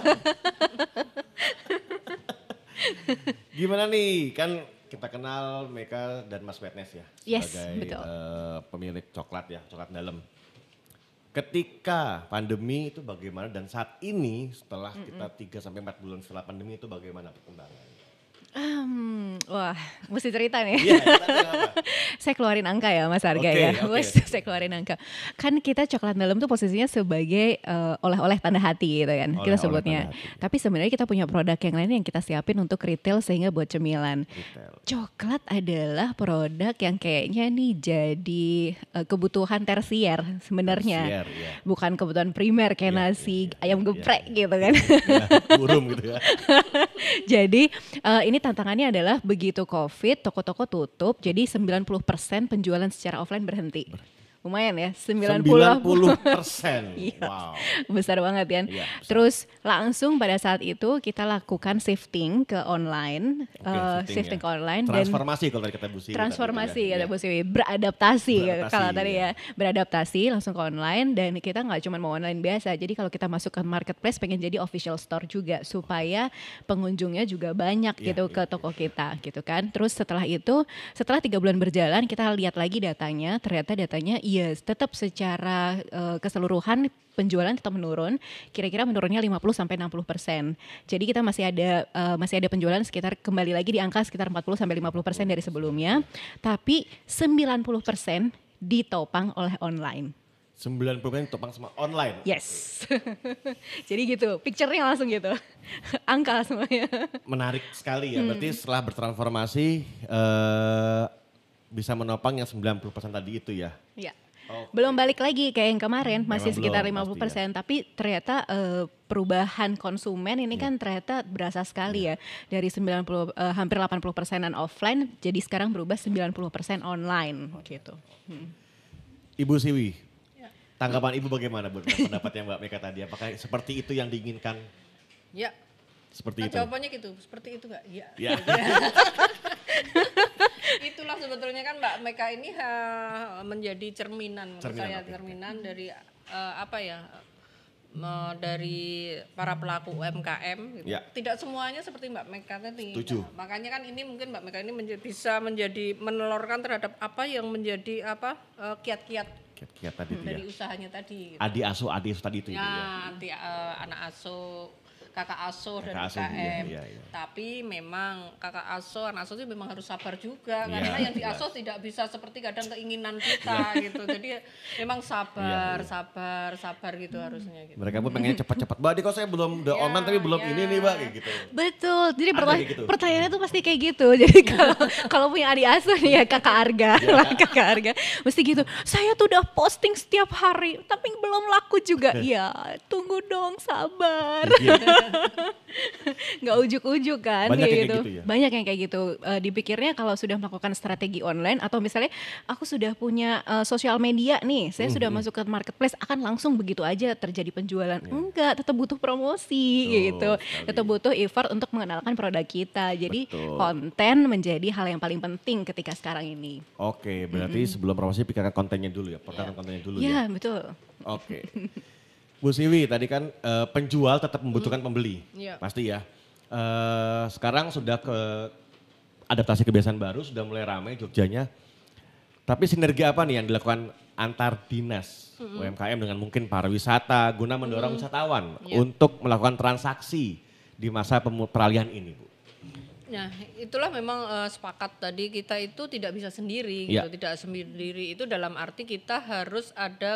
Gimana nih, kan kita kenal Meka dan Mas Wetness ya Yes, sebagai betul. eh, pemilik coklat ya, coklat dalam. Ketika pandemi itu bagaimana dan saat ini setelah kita tiga sampai empat bulan setelah pandemi itu bagaimana perkembangan? Hmm, wah, mesti cerita nih. Iya, kita apa? Saya keluarin angka ya Mas Arga Oke, ya. oke. Wes, saya keluarin angka. Kan kita coklat dalam tuh posisinya sebagai eh, oleh-oleh tanda hati gitu kan. kita Oleh-oleh sebutnya. tanda hati. Tapi sebenarnya kita punya produk yang lain yang kita siapin untuk retail sehingga buat cemilan. Retail. Coklat adalah produk yang kayaknya nih jadi eh, kebutuhan tersier sebenarnya. Tersier, iya. Bukan kebutuhan primer kayak Iya, nasi, iya, iya, ayam iya, geprek iya. gitu kan. Ya, burung gitu ya. Jadi eh, ini tantangannya adalah begitu COVID, toko-toko tutup, jadi sembilan puluh persen penjualan secara offline berhenti. Lumayan ya, sembilan puluh persen. Iya. Wow. besar banget kan. Iya, besar. Terus langsung pada saat itu kita lakukan shifting ke online, Oke, eh, shifting shifting ya. ke online dan Transformasi kalau tadi kata Bu Siwi transformasi tadi itu kata ya. Bu Siwi, beradaptasi, Beradaptasi, kalau tadi iya. ya, beradaptasi langsung ke online dan kita nggak cuma mau online biasa, jadi kalau kita masuk ke marketplace pengen jadi official store juga supaya pengunjungnya juga banyak Iya, gitu iya, ke toko kita gitu kan. Terus setelah itu, setelah tiga bulan berjalan kita lihat lagi datanya, ternyata datanya iya tetap secara eh, keseluruhan penjualan tetap menurun, kira-kira menurunnya lima puluh sampai enam puluh persen. Jadi kita masih ada eh, masih ada penjualan sekitar kembali lagi di angka sekitar empat puluh sampai lima puluh persen dari sebelumnya, tapi sembilan puluh persen ditopang oleh online. sembilan puluh persen topang sama online. Yes. Jadi gitu, picture-nya langsung gitu. Angka semuanya. Menarik sekali ya, Hmm. berarti setelah bertransformasi eh, bisa menopang yang sembilan puluh persen tadi itu ya. Ya. Belum balik lagi kayak yang kemarin, masih Memang sekitar belum, lima puluh pasti persen. Tapi ternyata eh, perubahan konsumen ini Iya. kan ternyata berasa sekali ya. Dari sembilan puluh eh, hampir delapan puluh persenan offline, jadi sekarang berubah sembilan puluh persen online gitu. Hmm. Ibu Siwi, tanggapan Ibu bagaimana buat pendapatnya Mbak Meka tadi? Apakah seperti itu yang diinginkan? Ya, Seperti kan itu? jawabannya gitu, seperti itu nggak? Ya. Ya. Itulah sebetulnya kan Mbak Meka ini ha, menjadi cerminan, menurut Cerminan, saya oke. cerminan dari eh, apa ya? me- dari para pelaku U M K M gitu. Ya. Tidak semuanya seperti Mbak Meka tadi. Setuju. Nah, makanya kan ini mungkin Mbak Meka ini menja- bisa menjadi menelurkan terhadap apa yang menjadi apa eh, kiat-kiat Kiat-kiat tadi itu ya. dari usahanya tadi. Gitu. Adi asuh, adi asuh tadi itu. Ibu, ya. Ya, nanti eh, anak asuh, kakak asuh dan Kakak U K asuh, M. iya, iya, iya. Tapi memang kakak asuh, anak asuh itu memang harus sabar juga Iya, karena yang jelas. diasuh tidak bisa seperti kadang keinginan kita gitu. Jadi memang sabar, Iya, iya. sabar, sabar gitu harusnya gitu. Mereka pun pengen cepat-cepat. Mbak, di kok saya belum udah Ya, online tapi belum ya. ini nih Mbak, kayak gitu. Betul, jadi Ada pertanya- kayak gitu? pertanyaannya tuh pasti kayak gitu. Jadi kalau kalau punya adik asuh nih ya kakak Arga, lah kakak Arga, mesti gitu. Saya tuh udah posting setiap hari, tapi belum laku juga. Ya, tunggu dong, sabar. Iya. Nggak ujuk-ujuk kan, Banyak kayak yang gitu. kayak gitu ya? Banyak yang kayak gitu. Eh, dipikirnya kalau sudah melakukan strategi online atau misalnya aku sudah punya eh, sosial media nih, saya sudah Mhm. masuk ke marketplace akan langsung begitu aja terjadi penjualan. Enggak, tetap butuh promosi Betul gitu. sekali. Tetap butuh effort untuk mengenalkan produk kita. Jadi Betul. konten menjadi hal yang paling penting ketika sekarang ini. Oke, berarti sebelum promosi pikirkan kontennya dulu ya, perkara kontennya dulu ya. Ya, betul. Oke. Bu Siwi, tadi kan eh, penjual tetap membutuhkan pembeli, Iya. pasti ya. Eh, sekarang sudah ke adaptasi kebiasaan baru, sudah mulai ramai Jogjanya. Tapi sinergi apa nih yang dilakukan antar dinas U M K M dengan mungkin pariwisata guna mendorong wisatawan Iya. untuk melakukan transaksi di masa pemu- peralihan ini, Bu? Nah, itulah memang eh, sepakat tadi kita itu tidak bisa sendiri Iya. gitu, tidak sendiri itu dalam arti kita harus ada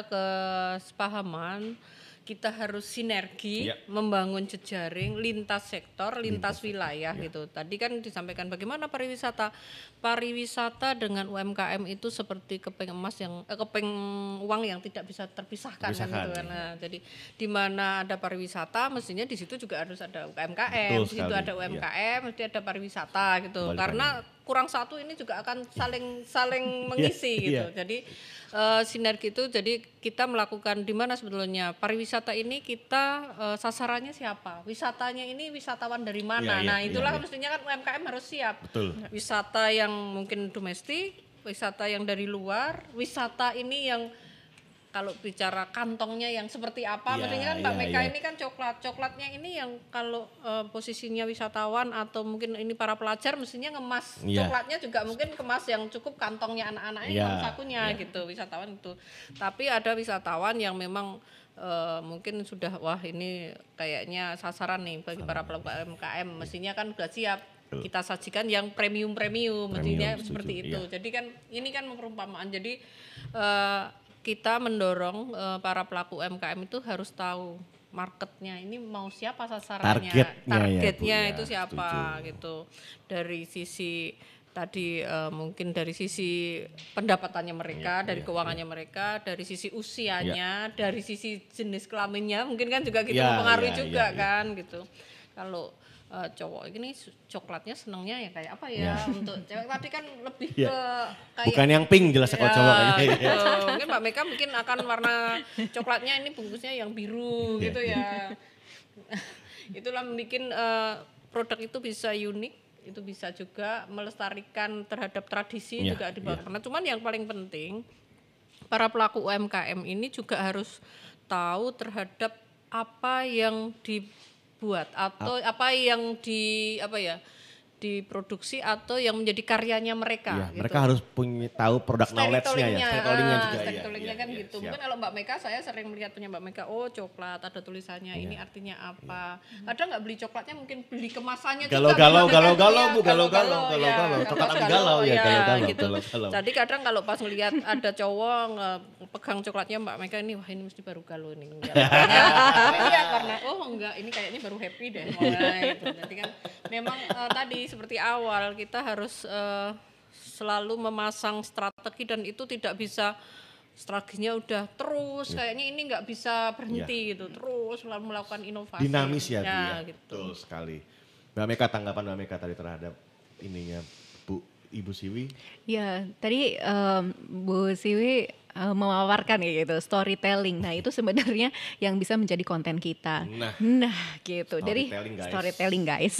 kesepahaman, kita harus sinergi, Iya. membangun jejaring lintas sektor, lintas, wilayah gitu. Tadi kan disampaikan bagaimana pariwisata, pariwisata dengan U M K M itu seperti keping emas yang eh, keping uang yang tidak bisa terpisahkan, kan Terpisahkan, gitu kan. iya. Nah, jadi di mana ada pariwisata, mestinya di situ juga harus ada U M K Betul M, di situ sekali, ada U M K M, iya. mesti ada pariwisata gitu. Kembali Karena kurang satu ini juga akan saling saling mengisi Iya, gitu. iya. Jadi eh, sinergi itu jadi kita melakukan di mana sebetulnya pariwisata ini kita eh, sasarannya siapa? Wisatanya ini wisatawan dari Iya, mana? iya, Nah, iya, itulah iya. mestinya kan U M K M harus siap. Betul. Wisata yang mungkin domestik, wisata yang dari luar, wisata ini yang kalau bicara kantongnya yang seperti apa, Iya, mestinya kan Mbak iya, Meka iya. ini kan coklat, coklatnya ini yang kalau eh, posisinya wisatawan atau mungkin ini para pelajar mestinya ngemas Iya. coklatnya juga mungkin kemas yang cukup kantongnya anak-anaknya, Iya, dalam sakunya iya. gitu wisatawan itu. Tapi ada wisatawan yang memang eh, mungkin sudah wah ini kayaknya sasaran nih bagi para pelaku U M K M, mestinya kan sudah siap. Betul. Kita sajikan yang premium-premium, mestinya Premium, seperti setuju, itu. iya. Jadi kan ini kan perumpamaan. Jadi eh, kita mendorong eh, para pelaku U M K M itu harus tahu marketnya ini mau siapa sasarannya, Targetnya ya, Bu, targetnya ya, itu siapa setuju. gitu. Dari sisi tadi eh, mungkin dari sisi pendapatannya mereka, Iya, dari iya, keuangannya mereka, dari sisi usianya, dari sisi jenis kelaminnya, mungkin kan juga gitu Iya, mempengaruhi iya, juga iya, iya. kan gitu. Kalau eh, cowok ini su- coklatnya senangnya ya kayak apa ya Iya. untuk cewek tadi kan lebih Iya. ke kayak Bukan yang pink jelas kalau Ya, cowok kayaknya. gitu. Mungkin Mbak Meka mungkin akan warna coklatnya ini bungkusnya yang biru Iya. gitu ya. Itulah bikin eh, produk itu bisa unik, itu bisa juga melestarikan terhadap tradisi Iya, juga di bawah iya. sana. Cuman yang paling penting para pelaku U M K M ini juga harus tahu terhadap apa yang dibuat atau apa yang di apa ya diproduksi atau yang menjadi karyanya mereka. Iya, gitu. mereka harus punya tahu produk knowledge-nya ya, storytelling-nya juga ya. storytelling-nya Iya, kan iya, gitu. siap. Mungkin kalau Mbak Meka saya sering melihat punya Mbak Meka, oh coklat ada tulisannya, ini Iya. artinya apa. Kadang nggak beli coklatnya, mungkin beli kemasannya Galau, juga. galau, gitu kan, galau, galau, iya, Bu, galau, galau, ya, galau, galau. Coklat galau, anti galau, ya, ya, galau, galau, gitu. galau, galau. Jadi kadang kalau pas ngelihat ada cowok nge- pegang coklatnya Mbak Meka ini, wah ini mesti baru galau nih. Iya karena oh enggak, ini kayaknya baru happy deh. Wah, gitu. Jadi kan memang eh, tadi seperti awal kita harus eh, selalu memasang strategi dan itu tidak bisa strateginya udah terus kayaknya ini nggak bisa berhenti gitu, terus selalu melakukan inovasi. Dinamis ya, Bu, Nah, ya. gitu. Betul sekali. Mbak Meka, tanggapan Mbak Meka tadi terhadap ininya Bu Ibu Siwi? Ya, tadi em, Bu Siwi eh, memaparkan ya gitu, storytelling. Nah, itu sebenarnya yang bisa menjadi konten kita. Nah, Nah, gitu. Dari storytelling, guys. storytelling guys.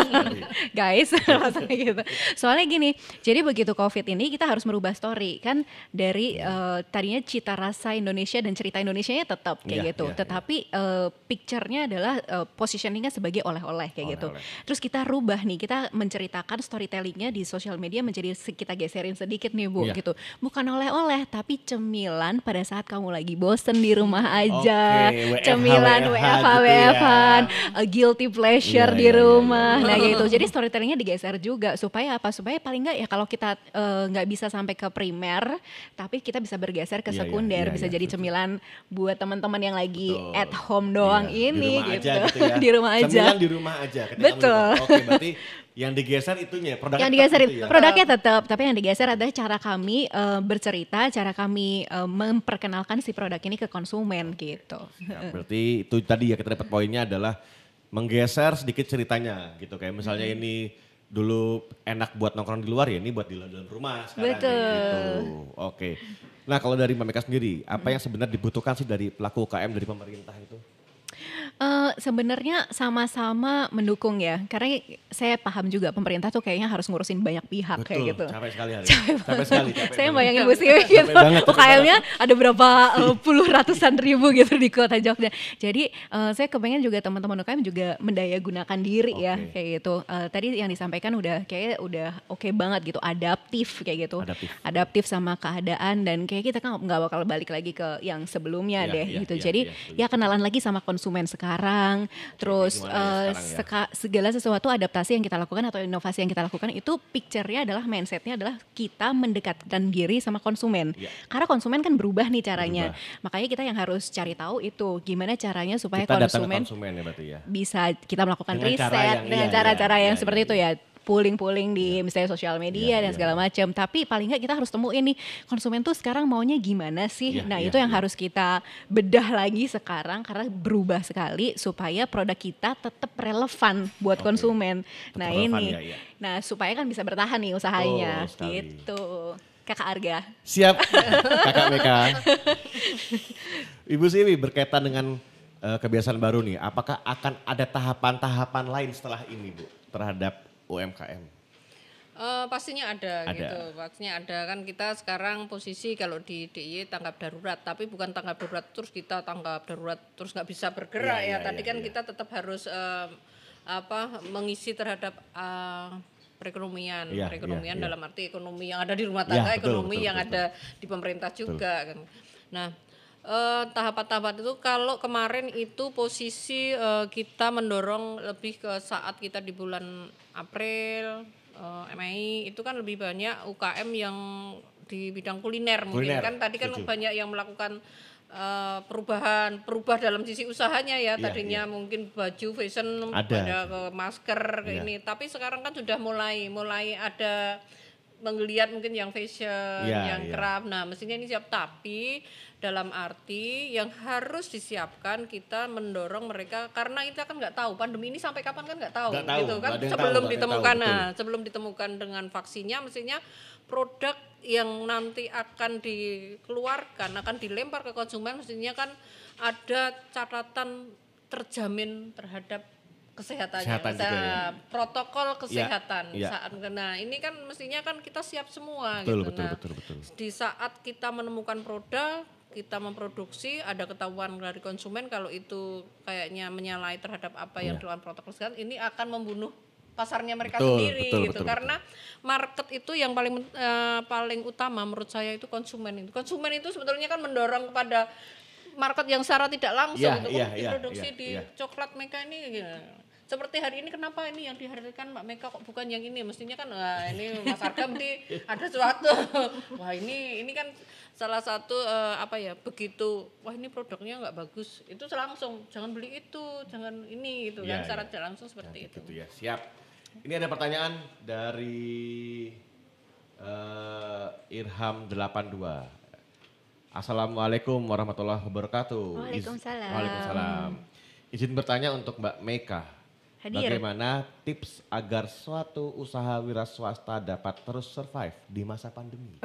guys, rasanya gitu. Soalnya gini, jadi begitu Covid ini kita harus merubah story kan dari eh, tadinya cita rasa Indonesia dan cerita Indonesianya tetap kayak Iya, gitu. iya, Tetapi eh, picture-nya adalah eh, positioning-nya sebagai oleh-oleh kayak gitu. Oleh-oleh. Terus kita rubah nih, kita menceritakan storytelling-nya di sosial media menjadi se- kita geserin sedikit nih Bu Iya. gitu. Bukan oleh-oleh tapi cemilan pada saat kamu lagi bosen di rumah aja. Oke, W F H, cemilan W W F H F H gitu W F H, ya. a guilty pleasure Iya, di iya, iya, rumah. iya, iya. Nah gitu. Jadi storytellingnya digeser juga supaya apa? Supaya paling nggak ya kalau kita eh, nggak bisa sampai ke primer, tapi kita bisa bergeser ke Iya, iya, sekunder, iya, bisa iya, jadi betul. cemilan buat teman-teman yang lagi Betul. at home doang Iya, ini di rumah gitu. aja gitu ya. Di rumah aja. Cemilan di rumah aja. ketika Betul. kamu di rumah. Oke, berarti yang digeser itunya, produknya Yang tetap digeser gitu ya? produknya tetap, tapi yang digeser adalah cara kami eh, bercerita, cara kami eh, memperkenalkan si produk ini ke konsumen gitu. Nah, berarti itu tadi ya kita dapat poinnya adalah menggeser sedikit ceritanya gitu. Kayak misalnya ini dulu enak buat nongkrong di luar ya, ini buat di dalam rumah sekarang. Betul. Gitu. Oke. Nah kalau dari Mbak Meka sendiri, apa yang sebenarnya dibutuhkan sih dari pelaku U K M dari pemerintah itu? Eh, sebenarnya sama-sama mendukung ya, karena saya paham juga pemerintah tuh kayaknya harus ngurusin banyak pihak kayak Betul, gitu. capek sekali hari ini. Capek sekali. Capek Saya banget. bayangin Bu Siwi gitu, banget, capek U K M-nya ada berapa eh, puluh ratusan ribu gitu di kota Jogja. Jadi eh, saya kepengen juga teman-teman U K M juga mendaya gunakan diri ya Oke. kayak gitu. Eh, tadi yang disampaikan udah kayak udah oke banget gitu, adaptif kayak gitu, Adaptif. adaptif sama keadaan dan kayak kita kan nggak bakal balik lagi ke yang sebelumnya Iya, deh iya, gitu. iya, Jadi iya, setuju. ya kenalan lagi sama konsumen sekarang, terus gimana ya eh, sekarang ya? seka- segala sesuatu adaptasi yang kita lakukan atau inovasi yang kita lakukan itu picture-nya adalah mindset-nya adalah kita mendekatkan diri sama konsumen. Iya. Karena konsumen kan berubah nih caranya. Makanya kita yang harus cari tahu itu gimana caranya supaya Kita datang ke konsumen konsumen ya berarti ya. bisa kita melakukan Dengan cara riset yang- dengan iya, cara-cara iya, yang iya, seperti iya, itu ya pooling-pooling di misalnya sosial media Iya, dan iya, segala iya. macam. Tapi paling nggak kita harus temuin nih konsumen tuh sekarang maunya gimana sih. Iya, Nah iya, itu yang iya. harus kita bedah lagi sekarang karena berubah sekali supaya produk kita tetap relevan buat Oke. konsumen. Nah relevan ini, ya, iya. nah supaya kan bisa bertahan nih usahanya Betul sekali. gitu. Kakak Arga. Siap, Kakak Meka. Ibu Siwi berkaitan dengan eh, kebiasaan baru nih, apakah akan ada tahapan-tahapan lain setelah ini Bu terhadap U M K M? Eh, pastinya ada, Ada. gitu. Pastinya ada kan kita sekarang posisi kalau di D I Y tanggap darurat, tapi bukan tanggap darurat terus kita tanggap darurat terus nggak bisa bergerak Iya, ya. iya, Tadi iya, kan iya. kita tetap harus eh, apa mengisi terhadap eh, perekonomian, Iya, perekonomian iya, iya. dalam arti ekonomi yang ada di rumah Iya, tangga, betul, ekonomi betul, yang betul, ada di pemerintah juga kan. Nah, eh, tahapan-tahapan itu kalau kemarin itu posisi eh, kita mendorong lebih ke saat kita di bulan April, eh, Mei itu kan lebih banyak U K M yang di bidang kuliner, mungkin Kuliner, kan tadi kan setuju. banyak yang melakukan eh, perubahan perubah dalam sisi usahanya ya, Iya, tadinya mungkin baju fashion Ada. pada ke masker ke Iya. ini, tapi sekarang kan sudah mulai mulai ada menggeliat mungkin yang fashion, Iya, yang iya. craft. Nah, mestinya ini siap, tapi dalam arti yang harus disiapkan kita mendorong mereka karena kita kan nggak tahu pandemi ini sampai kapan kan nggak tahu, Nggak tahu, gitu kan nggak ada yang sebelum tahu, nggak ada yang ditemukan tahu, nah, sebelum ditemukan dengan vaksinnya mestinya produk yang nanti akan dikeluarkan akan dilempar ke konsumen mestinya kan ada catatan terjamin terhadap kesehatannya, Kesehatan juga misalnya ya. protokol kesehatan iya. saat nah ini kan mestinya kan kita siap semua Betul, gitu. betul, Nah, betul, betul. di saat kita menemukan produk kita memproduksi ada ketahuan dari konsumen kalau itu kayaknya menyalahi terhadap apa yang Iya. dilakukan protokol kesehatan ini akan membunuh pasarnya mereka Betul, sendiri betul, gitu betul, karena market itu yang paling eh, paling utama menurut saya itu konsumen itu konsumen itu sebetulnya kan mendorong kepada market yang secara tidak langsung Iya, itu iya, kan iya, diproduksi iya, di iya. coklat Meka ini gitu. Seperti hari ini kenapa ini yang dihadirkan Mbak Meka kok bukan yang ini mestinya kan wah ini Mas Arga mesti ada sesuatu wah ini ini kan salah satu eh, apa ya begitu wah ini produknya nggak bagus itu langsung jangan beli itu jangan ini gitu Iya, kan secara iya. tidak langsung seperti Nah, itu. gitu ya. Siap. Ini ada pertanyaan dari eh, Irham delapan dua. Assalamualaikum warahmatullahi wabarakatuh. Iz- Waalaikumsalam. Waalaikumsalam. Izin bertanya untuk Mbak Meka. Hadir. Bagaimana tips agar suatu usaha wira swasta dapat terus survive di masa pandemi?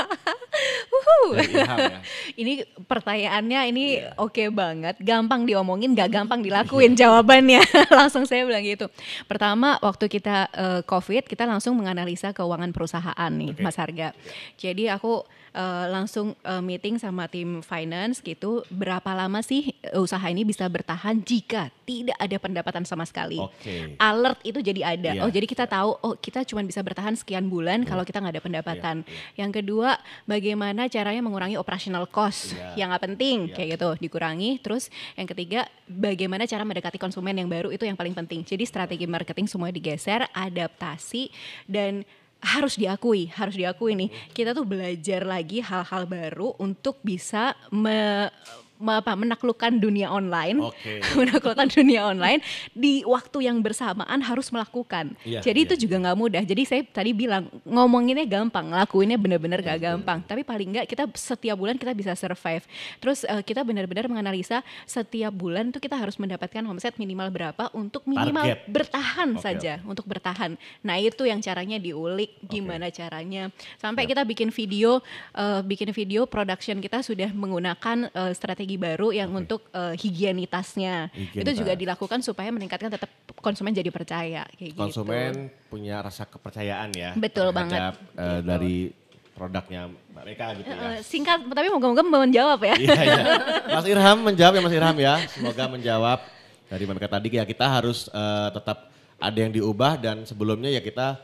Dari Ilham ya. Ini pertanyaannya ini oke banget, gampang diomongin, gak gampang dilakuin jawabannya. Langsung saya bilang gitu. Pertama, waktu kita eh, COVID, kita langsung menganalisa keuangan perusahaan nih, Oke. Mas Harga. Jadi aku eh, langsung eh, meeting sama tim finance gitu, berapa lama sih eh, usaha ini bisa bertahan jika tidak ada pendapatan sama sekali. Oke. Alert itu jadi ada. Iya, Oh jadi kita tahu, oh kita cuma bisa bertahan sekian bulan kalau kita nggak ada pendapatan. Iya, Yang kedua, bagaimana caranya mengurangi operational cost Iya. yang nggak penting Iya. kayak gitu, dikurangi. Terus yang ketiga, bagaimana cara mendekati konsumen yang baru, itu yang paling penting. Jadi strategi marketing semua digeser, adaptasi, dan harus diakui, harus diakui nih, kita tuh belajar lagi hal-hal baru untuk bisa me, me- apa, menaklukkan dunia online, Oke. menaklukkan dunia online di waktu yang bersamaan harus melakukan. Iya, Jadi iya, itu juga nggak mudah. Jadi saya tadi bilang ngomonginnya gampang, ngelakuinnya bener-bener gak gampang. Tapi paling nggak kita setiap bulan kita bisa survive. Terus eh, kita benar-benar menganalisa setiap bulan tuh kita harus mendapatkan omset minimal berapa untuk minimal Target. bertahan Oke, saja, untuk bertahan. Nah itu yang caranya diulik, gimana caranya. Sampai kita bikin video, eh, bikin video production kita sudah menggunakan eh, strategi baru yang untuk eh, higienitasnya. Itu Higienitas. juga dilakukan supaya meningkatkan tetap konsumen jadi percaya kayak gitu. Konsumen punya rasa kepercayaan ya. Betul terhadap, banget. eh, dari produknya Mbak Meka gitu ya. Eh, singkat, tapi moga-moga menjawab ya. Iya, iya. Mas Irham menjawab ya Mas Irham ya. Semoga menjawab dari Mbak Meka tadi ya, kita harus eh, tetap ada yang diubah dan sebelumnya ya kita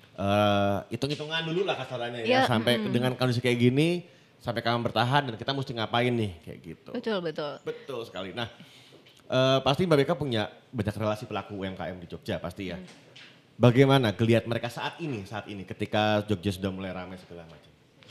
eh, hitung-hitungan dulu lah kasarannya ya. Iya, Sampai dengan kondisi kayak gini, sampai kapan bertahan dan kita mesti ngapain nih kayak gitu. Betul, betul. Betul sekali. Nah, eh, pasti Mbak Meka punya banyak relasi pelaku U M K M di Jogja pasti ya. Bagaimana geliat mereka saat ini, saat ini ketika Jogja sudah mulai ramai segala macam?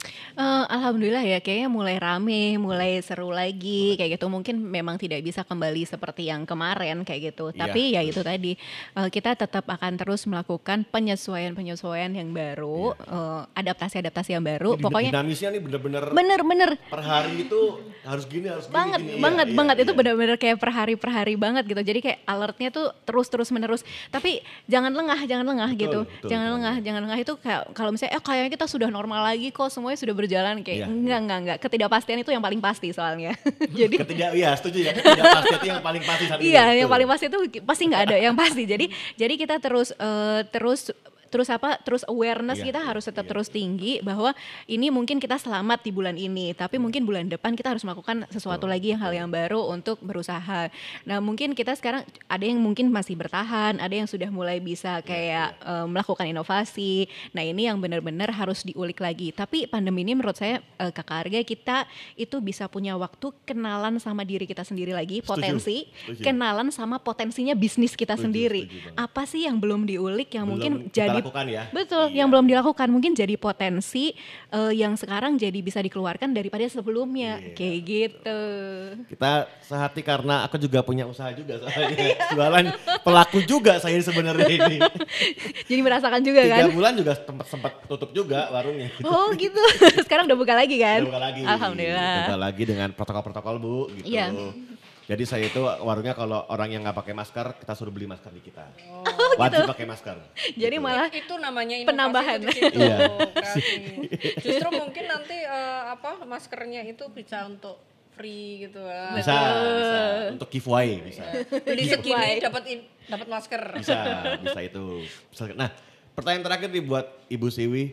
Eh, Alhamdulillah ya, kayaknya mulai rame, mulai seru lagi kayak gitu. Mungkin memang tidak bisa kembali seperti yang kemarin kayak gitu. Iya, Tapi ya betul. itu tadi, eh, kita tetap akan terus melakukan penyesuaian-penyesuaian yang baru, eh, adaptasi-adaptasi yang baru. Ini Pokoknya dinamisnya nih bener-bener bener-bener per hari itu harus gini, harus gini, banget gini. Iya, banget iya, banget iya. itu benar-benar kayak per hari per hari banget gitu. Jadi kayak alertnya tuh terus terus menerus. Tapi jangan lengah, jangan lengah Betul, gitu. betul, jangan betul. lengah, jangan lengah itu kayak kalau misalnya eh kayaknya kita sudah normal lagi kok, semuanya sudah berjalan kayak Iya, enggak enggak enggak. Ketidakpastian itu yang paling pasti soalnya. Jadi Ketidak, iya setuju ya, ketidakpastian itu yang paling pasti saat ini. iya, yang Betul. paling pasti itu pasti nggak ada yang pasti. Jadi jadi kita terus eh, terus terus apa terus awareness Iya, kita iya, harus tetap iya. terus tinggi bahwa ini mungkin kita selamat di bulan ini, tapi mungkin bulan depan kita harus melakukan sesuatu lagi yang hal yang baru untuk berusaha. Nah mungkin kita sekarang ada yang mungkin masih bertahan, ada yang sudah mulai bisa kayak eh, melakukan inovasi. Nah ini yang benar-benar harus diulik lagi. Tapi pandemi ini menurut saya eh, Kakak Arga, kita itu bisa punya waktu kenalan sama diri kita sendiri lagi, Setuju, potensi, setuju. kenalan sama potensinya bisnis kita Setuju, sendiri. setuju banget. Apa sih yang belum diulik yang Belum mungkin kita jadi lakukan ya. betul, Iya. yang belum dilakukan mungkin jadi potensi eh, yang sekarang jadi bisa dikeluarkan daripada sebelumnya Iya, kayak gitu. Kita sehati karena aku juga punya usaha juga soalnya. Jualan pelaku juga saya sebenarnya ini. Jadi merasakan juga Tiga kan? bulan juga sempat, sempat tutup juga warungnya. Oh gitu. Sekarang udah buka lagi kan? Udah buka lagi. Alhamdulillah. Buka lagi dengan protokol-protokol Bu gitu. Iya. Jadi saya itu warungnya kalau orang yang nggak pakai masker, kita suruh beli masker di kita. Oh, Wajib pakai masker. Jadi Gitu. malah Itu namanya inovasi penambahan. itu di situ, Iya. kreasi. Justru mungkin nanti eh, apa maskernya itu bisa untuk free gitu lah. Bisa, bisa. Untuk giveaway bisa. Beli segini Giveaway. dapat in- dapat masker. Bisa, bisa itu. Bisa- Nah, pertanyaan terakhir nih buat Ibu Siwi.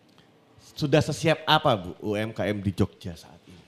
Sudah sesiap apa Bu U M K M di Jogja saat ini?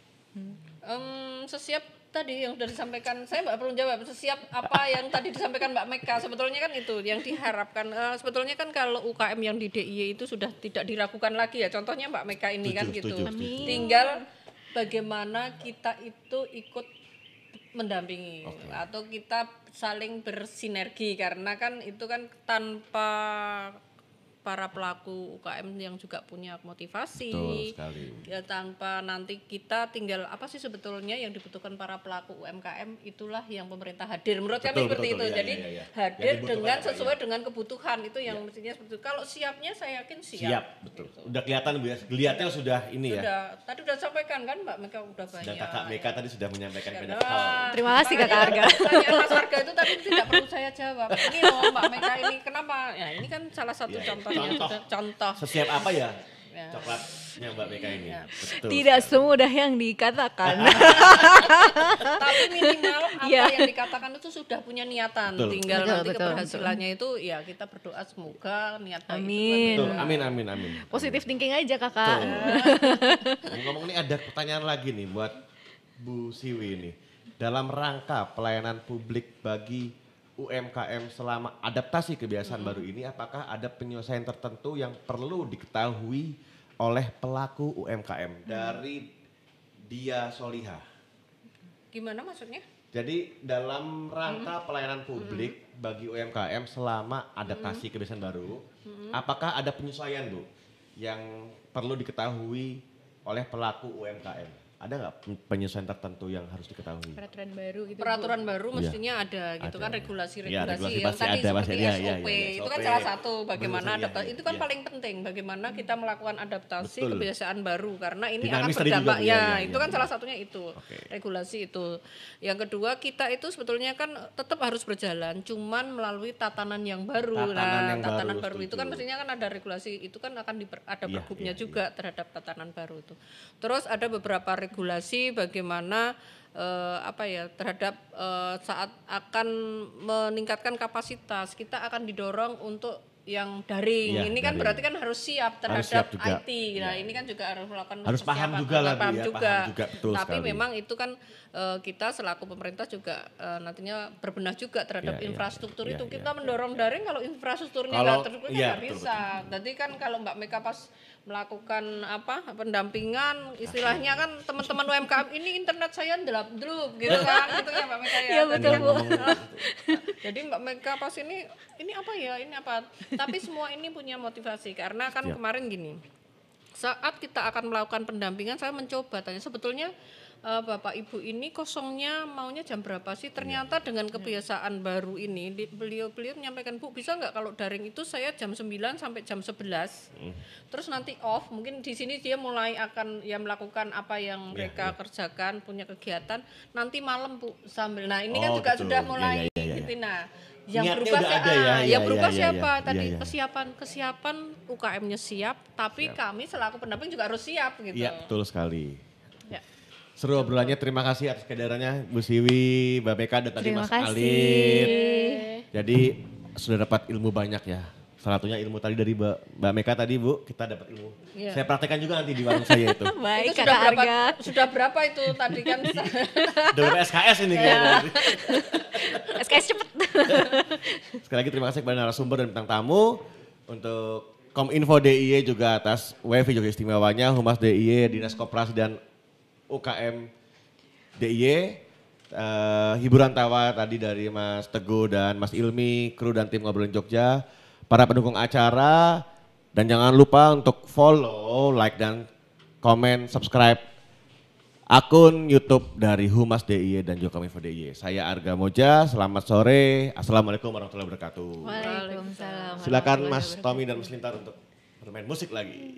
Em, sesiap tadi yang sudah disampaikan, saya Mbak perlu jawab, sesiap apa yang tadi disampaikan Mbak Meka, sebetulnya kan itu yang diharapkan. Eh, sebetulnya kan kalau U K M yang di D I Y itu sudah tidak diragukan lagi ya, contohnya Mbak Meka ini Setuju, kan gitu. setuju, setuju. Tinggal bagaimana kita itu ikut mendampingi atau kita saling bersinergi, karena kan itu kan tanpa para pelaku U K M yang juga punya motivasi. Betul sekali. Ya, tanpa nanti kita tinggal apa sih sebetulnya yang dibutuhkan para pelaku U M K M, itulah yang pemerintah hadir. Menurut Betul, kami seperti betul, itu. iya, Jadi iya, iya. hadir Yang dibutuhkan dengan apa, sesuai iya. dengan kebutuhan itu yang mestinya seperti itu. Kalau siapnya saya yakin siap. Siap, betul. Udah kelihatan Bu ya, kelihatannya sudah ini ya. Sudah, tadi udah sampaikan kan Mbak Mega udah banyak. Dan Kakak Mega tadi sudah menyampaikan banyak Nah, hal. Terima kasih Kakak Arga. Pertanyaan Mas Arga itu tadi tidak perlu saya jawab. Ini loh Mbak Mega ini kenapa? Ya ini kan salah satu Iya, contohnya. contoh. Sudah, contoh. Sesiap apa ya? Ya. Coklatnya Mbak Mega ini. Ya. Betul. Tidak semudah yang dikatakan. Tapi minimal apa Iya. yang dikatakan itu sudah punya niatan. Betul. Tinggal Betul, nanti betul, keberhasilannya itu ya kita berdoa semoga niat baik Amin. Betul. Amin, amin, amin. Positif thinking aja kakak. Ngomong ini ada pertanyaan lagi nih buat Bu Siwi nih. Dalam rangka pelayanan publik bagi U M K M selama adaptasi kebiasaan Hmm. baru ini, apakah ada penyelesaian tertentu yang perlu diketahui oleh pelaku U M K M dari Dia Soliha? Gimana maksudnya? Jadi dalam rangka pelayanan publik bagi U M K M selama adaptasi kebiasaan baru, apakah ada penyesuaian Bu yang perlu diketahui oleh pelaku U M K M? Ada nggak penyesuaian tertentu yang harus diketahui? Peraturan baru gitu. Peraturan baru Iya. mestinya ada gitu Ada. kan Iya, regulasi-regulasi regulasi yang pasti tadi ada, pasti seperti ada, S O P iya, iya, itu S O P. kan salah satu bagaimana Betul, adaptasi iya, itu kan iya. paling penting bagaimana kita melakukan adaptasi Betul. kebiasaan baru karena ini Dinamis akan tadi juga, berdampak Bu, ya, ya, ya, itu ya, kan ya. salah satunya itu Oke. regulasi itu. Yang kedua kita itu sebetulnya kan tetap harus berjalan cuman melalui tatanan yang baru. Tatanan nah, yang tatanan baru, baru, itu setuju. kan mestinya kan ada regulasi itu kan akan diper, ada Iya, pergubnya iya, juga terhadap tatanan baru itu. Terus ada beberapa regulasi bagaimana eh, apa ya terhadap eh, saat akan meningkatkan kapasitas kita akan didorong untuk yang daring. Iya, Ini kan daring. berarti kan harus siap Harus terhadap siap juga. I T. Nah, Iya. ini kan juga harus melakukan Harus paham persiapan, juga lah, Bu, paham ya, juga. paham juga, betul Tapi sekali. memang itu kan eh, kita selaku pemerintah juga eh, nantinya berbenah juga terhadap Iya, iya, infrastruktur iya, itu. iya. Kita mendorong daring kalau infrastrukturnya Kalau- nggak terpenuhi iya, nggak betul, bisa. Jadi kan kalau Mbak Mega pas melakukan apa pendampingan istilahnya kan teman-teman U M K M ini internet saya ndelap dulu gitu kan gitu ya Mbak Mega ya. Iya, Jadi betul, kan- Bu. Jadi Mbak Mega pas ini ini apa ya ini apa tapi semua ini punya motivasi karena kan Siap. kemarin gini saat kita akan melakukan pendampingan saya mencoba tanya sebetulnya eh, Bapak Ibu ini kosongnya maunya jam berapa sih ternyata dengan kebiasaan baru ini di- beliau-beliau menyampaikan Bu bisa nggak kalau daring itu saya jam sembilan sampai jam sebelas terus nanti off mungkin di sini dia mulai akan ya melakukan apa yang Iya, mereka iya. kerjakan punya kegiatan nanti malam Bu sambil nah ini kan Oh, juga betul. sudah Iya, mulai iya, iya, iya. gitu nah yang Niatnya berubah udah siapa? ada ya, iya, yang berubah iya, iya, siapa iya, tadi iya, iya. kesiapan kesiapan U K M-nya siap tapi Siap. kami selaku pendamping juga harus siap gitu. Iya, betul sekali. Ya. Seru obrolannya, terima kasih atas kehadirannya Bu Siwi, Mbak Mega, dan tadi Terima Mas kasih. Alit. Jadi sudah dapat ilmu banyak ya. Salah satunya ilmu tadi dari Mbak, Mbak Mega tadi Bu, kita dapat ilmu. Iya. Saya praktekkan juga nanti di warung saya itu. Baik Itu sudah kakak berapa Arga. sudah berapa itu tadi kan Dalam S K S ini kayaknya. S K S cepet. Sekali lagi terima kasih kepada narasumber dan bintang tamu. Untuk Kominfo D I Y juga atas W F I juga istimewanya, Humas D I Y, Dinas Koperasi dan U K M D I Y. Eh, hiburan tawa tadi dari Mas Teguh dan Mas Ilmi, kru dan tim Ngobrolin Jogja, para pendukung acara, dan jangan lupa untuk follow, like dan komen, subscribe akun YouTube dari Humas D I Y dan juga Kominfo D I Y. Saya Arga Moja, selamat sore, assalamualaikum warahmatullahi wabarakatuh. Waalaikumsalam. Silakan Mas Tommy dan Mas Lintar untuk bermain musik lagi.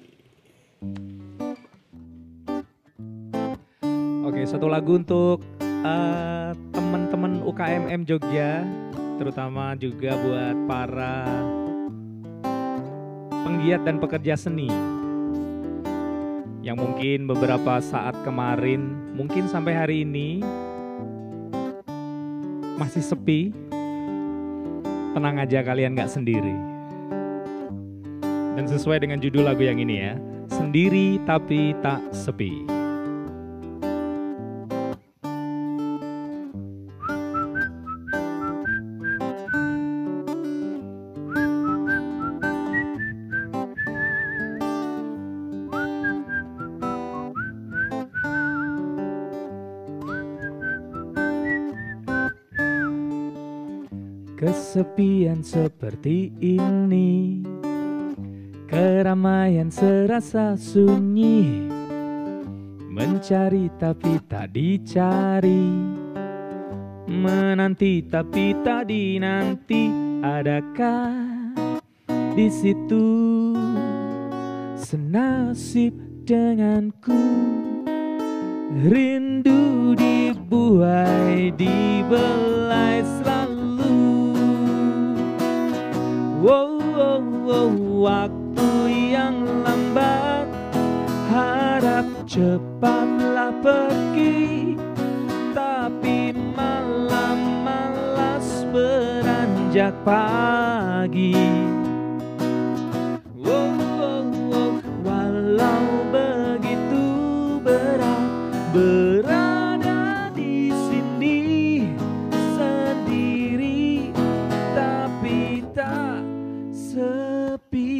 Oke, satu lagu untuk eh, teman-teman U K M M Jogja, terutama juga buat para penggiat dan pekerja seni yang mungkin beberapa saat kemarin, mungkin sampai hari ini masih sepi. Tenang aja, kalian gak sendiri. Dan sesuai dengan judul lagu yang ini ya, Sendiri Tapi Tak Sepi. Kesepian seperti ini Keramaian serasa sunyi, mencari tapi tak dicari, menanti tapi tak dinanti. Adakah di situ senasib denganku? Rindu dibuai, dibelai selalu. Wow, wow, wow, waktu yang lambat, harap cepatlah pergi. Tapi malam malas beranjak pagi. Wow, wow, wow, walau begitu berat berada di sini sendiri, tapi tak sepi.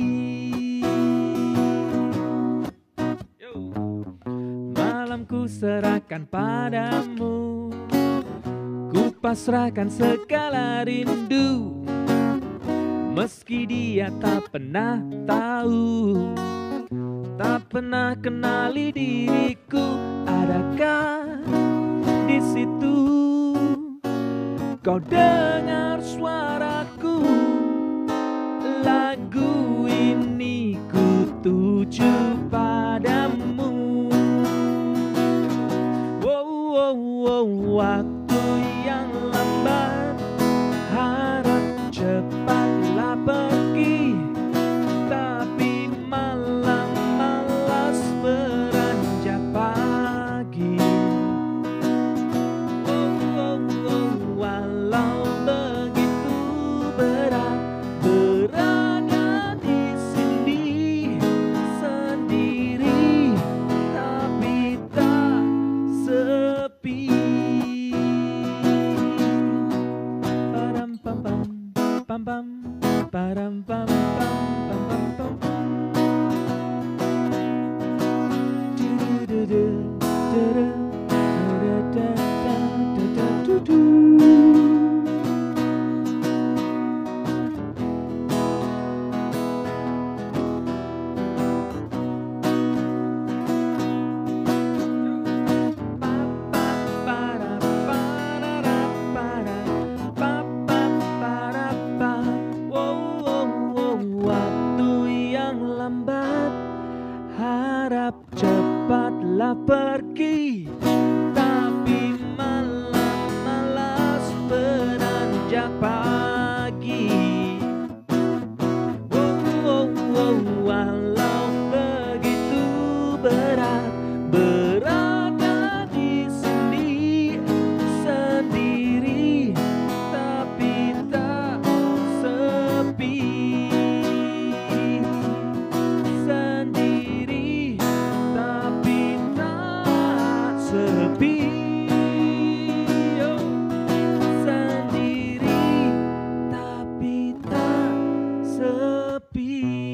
Yo. Malamku serahkan padamu, ku pasrahkan segala rindu, meski dia tak pernah tahu, tak pernah kenali diriku. Adakah di situ kau dengar suaraku? Lagu ini ku tuju padamu. Wow, wow, wow, waktu yang lambat, harap cepatlah pergi. Tapi malam malas beranjak pagi. Oh, oh, oh, walau begitu berat berada di sini sendiri, tapi tak sepi. Param pam pam pam pam param pam pam pam pam pam. Du-du-du-du, du-du, du-du-da-da-da-da-da-du-du. Waktu yang lambat, harap cepatlah pergi. Tapi malam malas beranjak pagi. Wow, wow, wow, walau begitu berat berada di sini sendiri, tapi tak sepi. Sendiri, tapi tak sepi. Oh, sendiri, tapi tak sepi.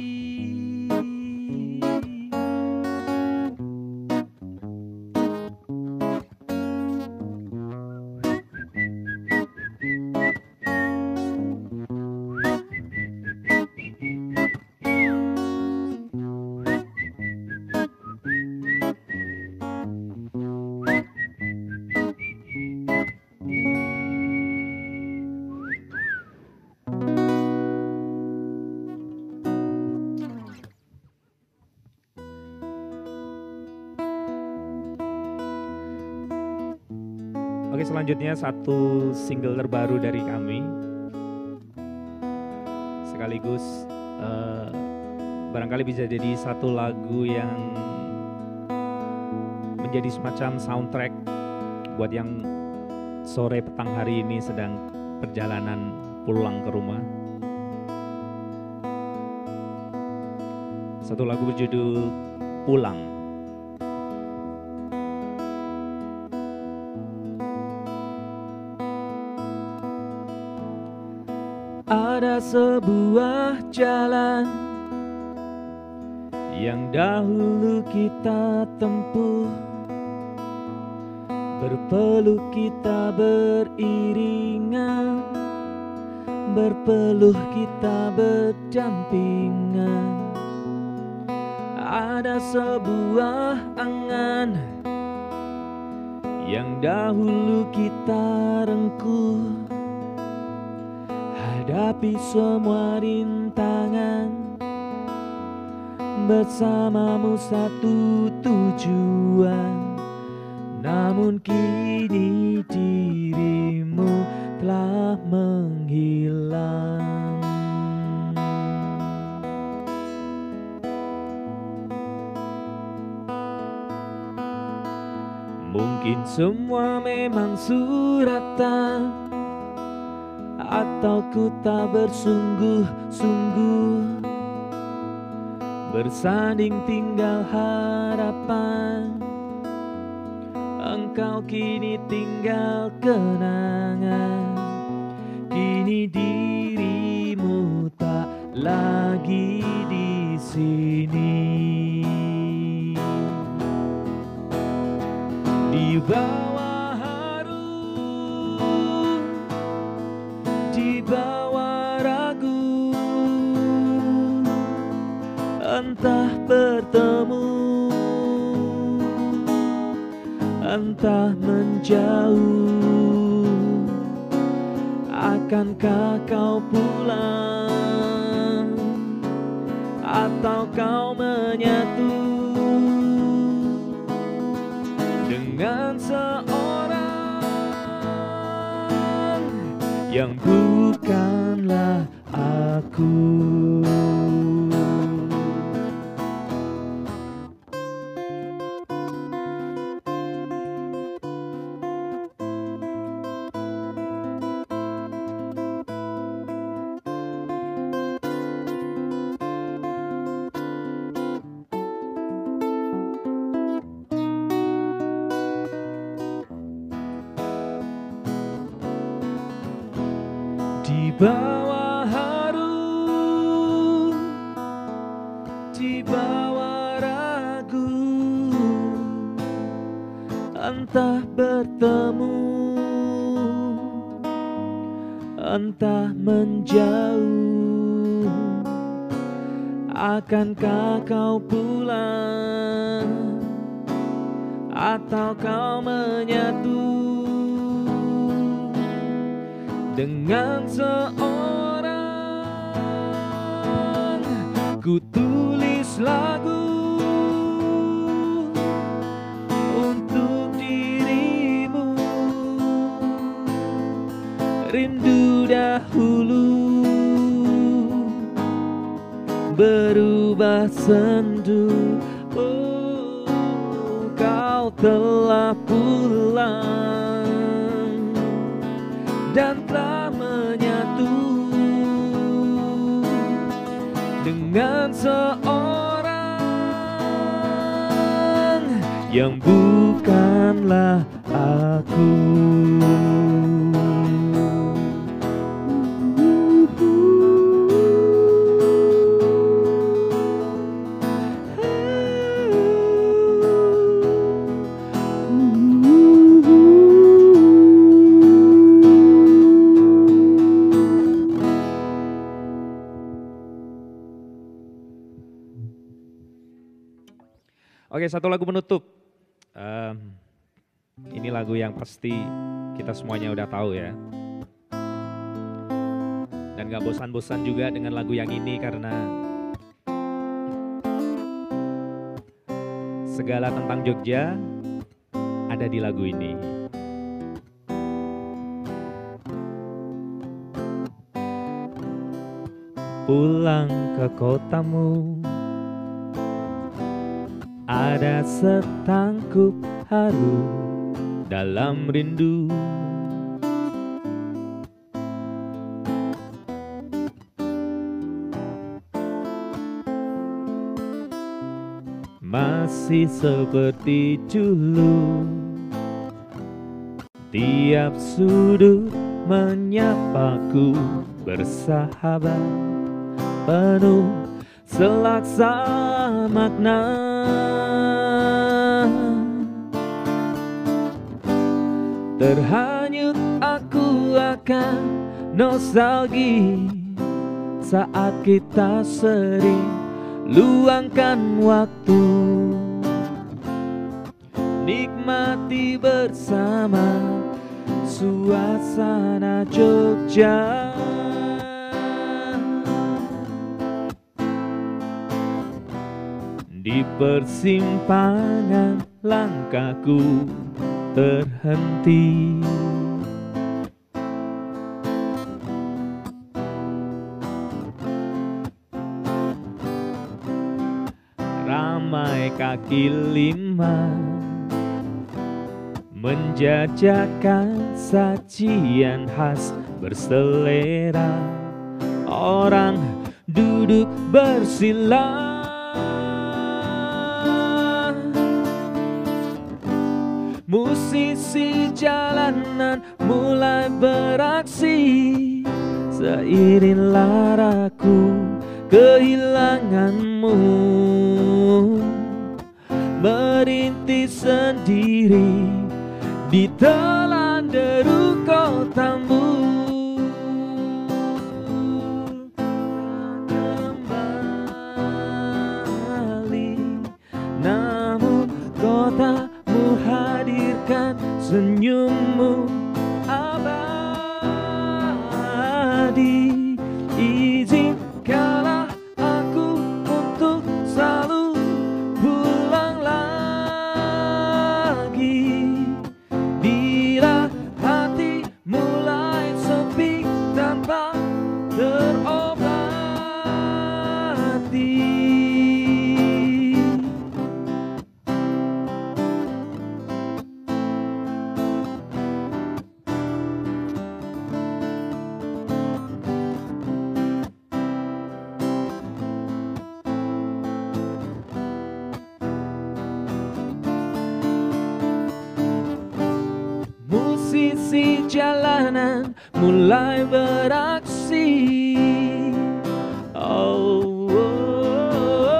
Oke, selanjutnya satu single terbaru dari kami. Sekaligus eh, barangkali bisa jadi satu lagu yang menjadi semacam soundtrack buat yang sore petang hari ini sedang perjalanan pulang ke rumah. Satu lagu berjudul Pulang. Ada sebuah jalan yang dahulu kita tempuh, berpeluk kita beriringan, berpeluh kita berdampingan. ada sebuah angan yang dahulu kita rengkuh, hadapi semua rintangan, bersamamu satu tujuan. Namun kini dirimu telah menghilang. Mungkin semua memang suratan, atau ku tak bersungguh-sungguh, bersanding tinggal harapan. Engkau kini tinggal kenangan, kini dirimu tak lagi di sini. Di bawah harum, di bawah ragu, entah bertemu, entah menjauh. Akankah kau pulang, atau kau menyatu dengan seorang yang bukanlah aku. Di bawah harum, di bawah ragu, entah bertemu, entah menjauh. Akankah kau pulang, atau kau menyatu dengan seorang. Ku tulis lagu untuk dirimu, rindu dahulu berubah sendu. Oh, kau telah pulang dan telah menyatu dengan seorang yang bukanlah aku. Oke, satu lagu penutup. Um, ini lagu yang pasti kita semuanya udah tahu ya. Dan gak bosan-bosan juga dengan lagu yang ini karena segala tentang Jogja ada di lagu ini. Pulang ke kotamu, ada setangkup haru dalam rindu. Masih seperti dulu, tiap sudut menyapaku bersahabat, penuh selaksa makna. Terhanyut aku akan nostalgia saat kita sering luangkan waktu, nikmati bersama suasana Jogja. Di persimpangan langkahku terhenti, ramai kaki lima menjajakan sajian khas berselera. Orang duduk bersila, musisi jalanan mulai beraksi. Seiring laraku kehilanganmu, merintis sendiri di telan deru kotamu. Kembali, namun kotamu hadirkan senyummu abadi. Izinkanlah aku untuk selalu pulang lagi. Bila hati mulai sepi tanpa terobati, musisi jalanan mulai beraksi. Oh, oh,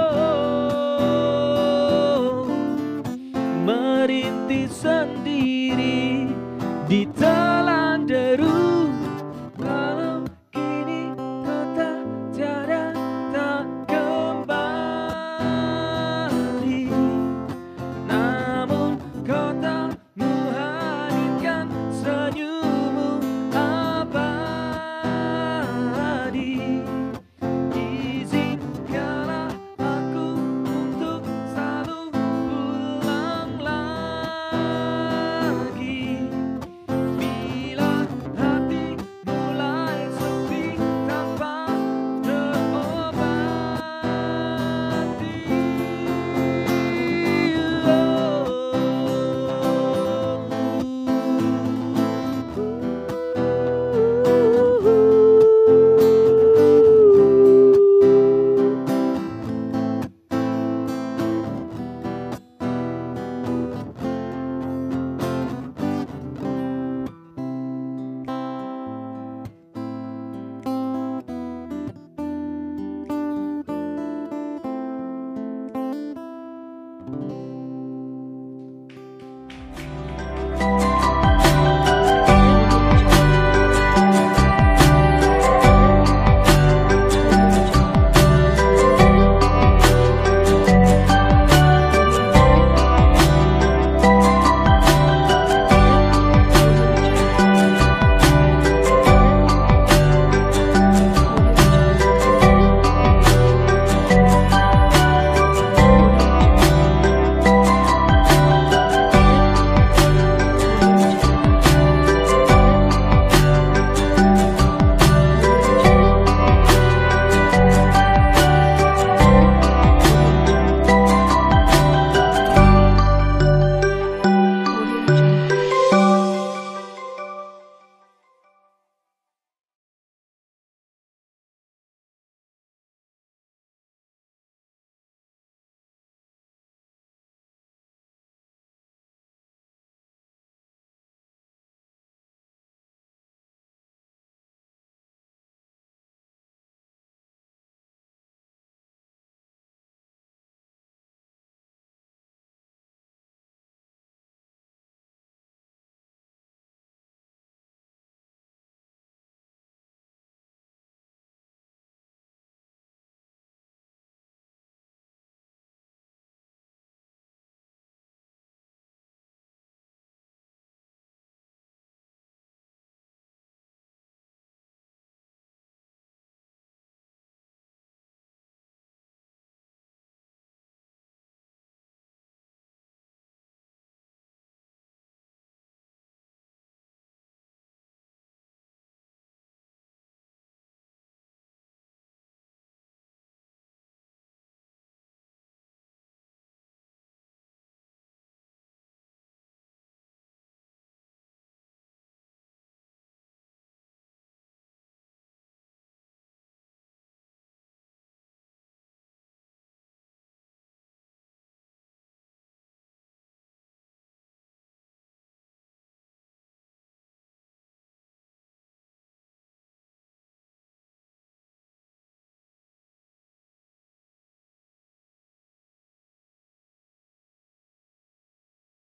oh, merintis sendiri di telan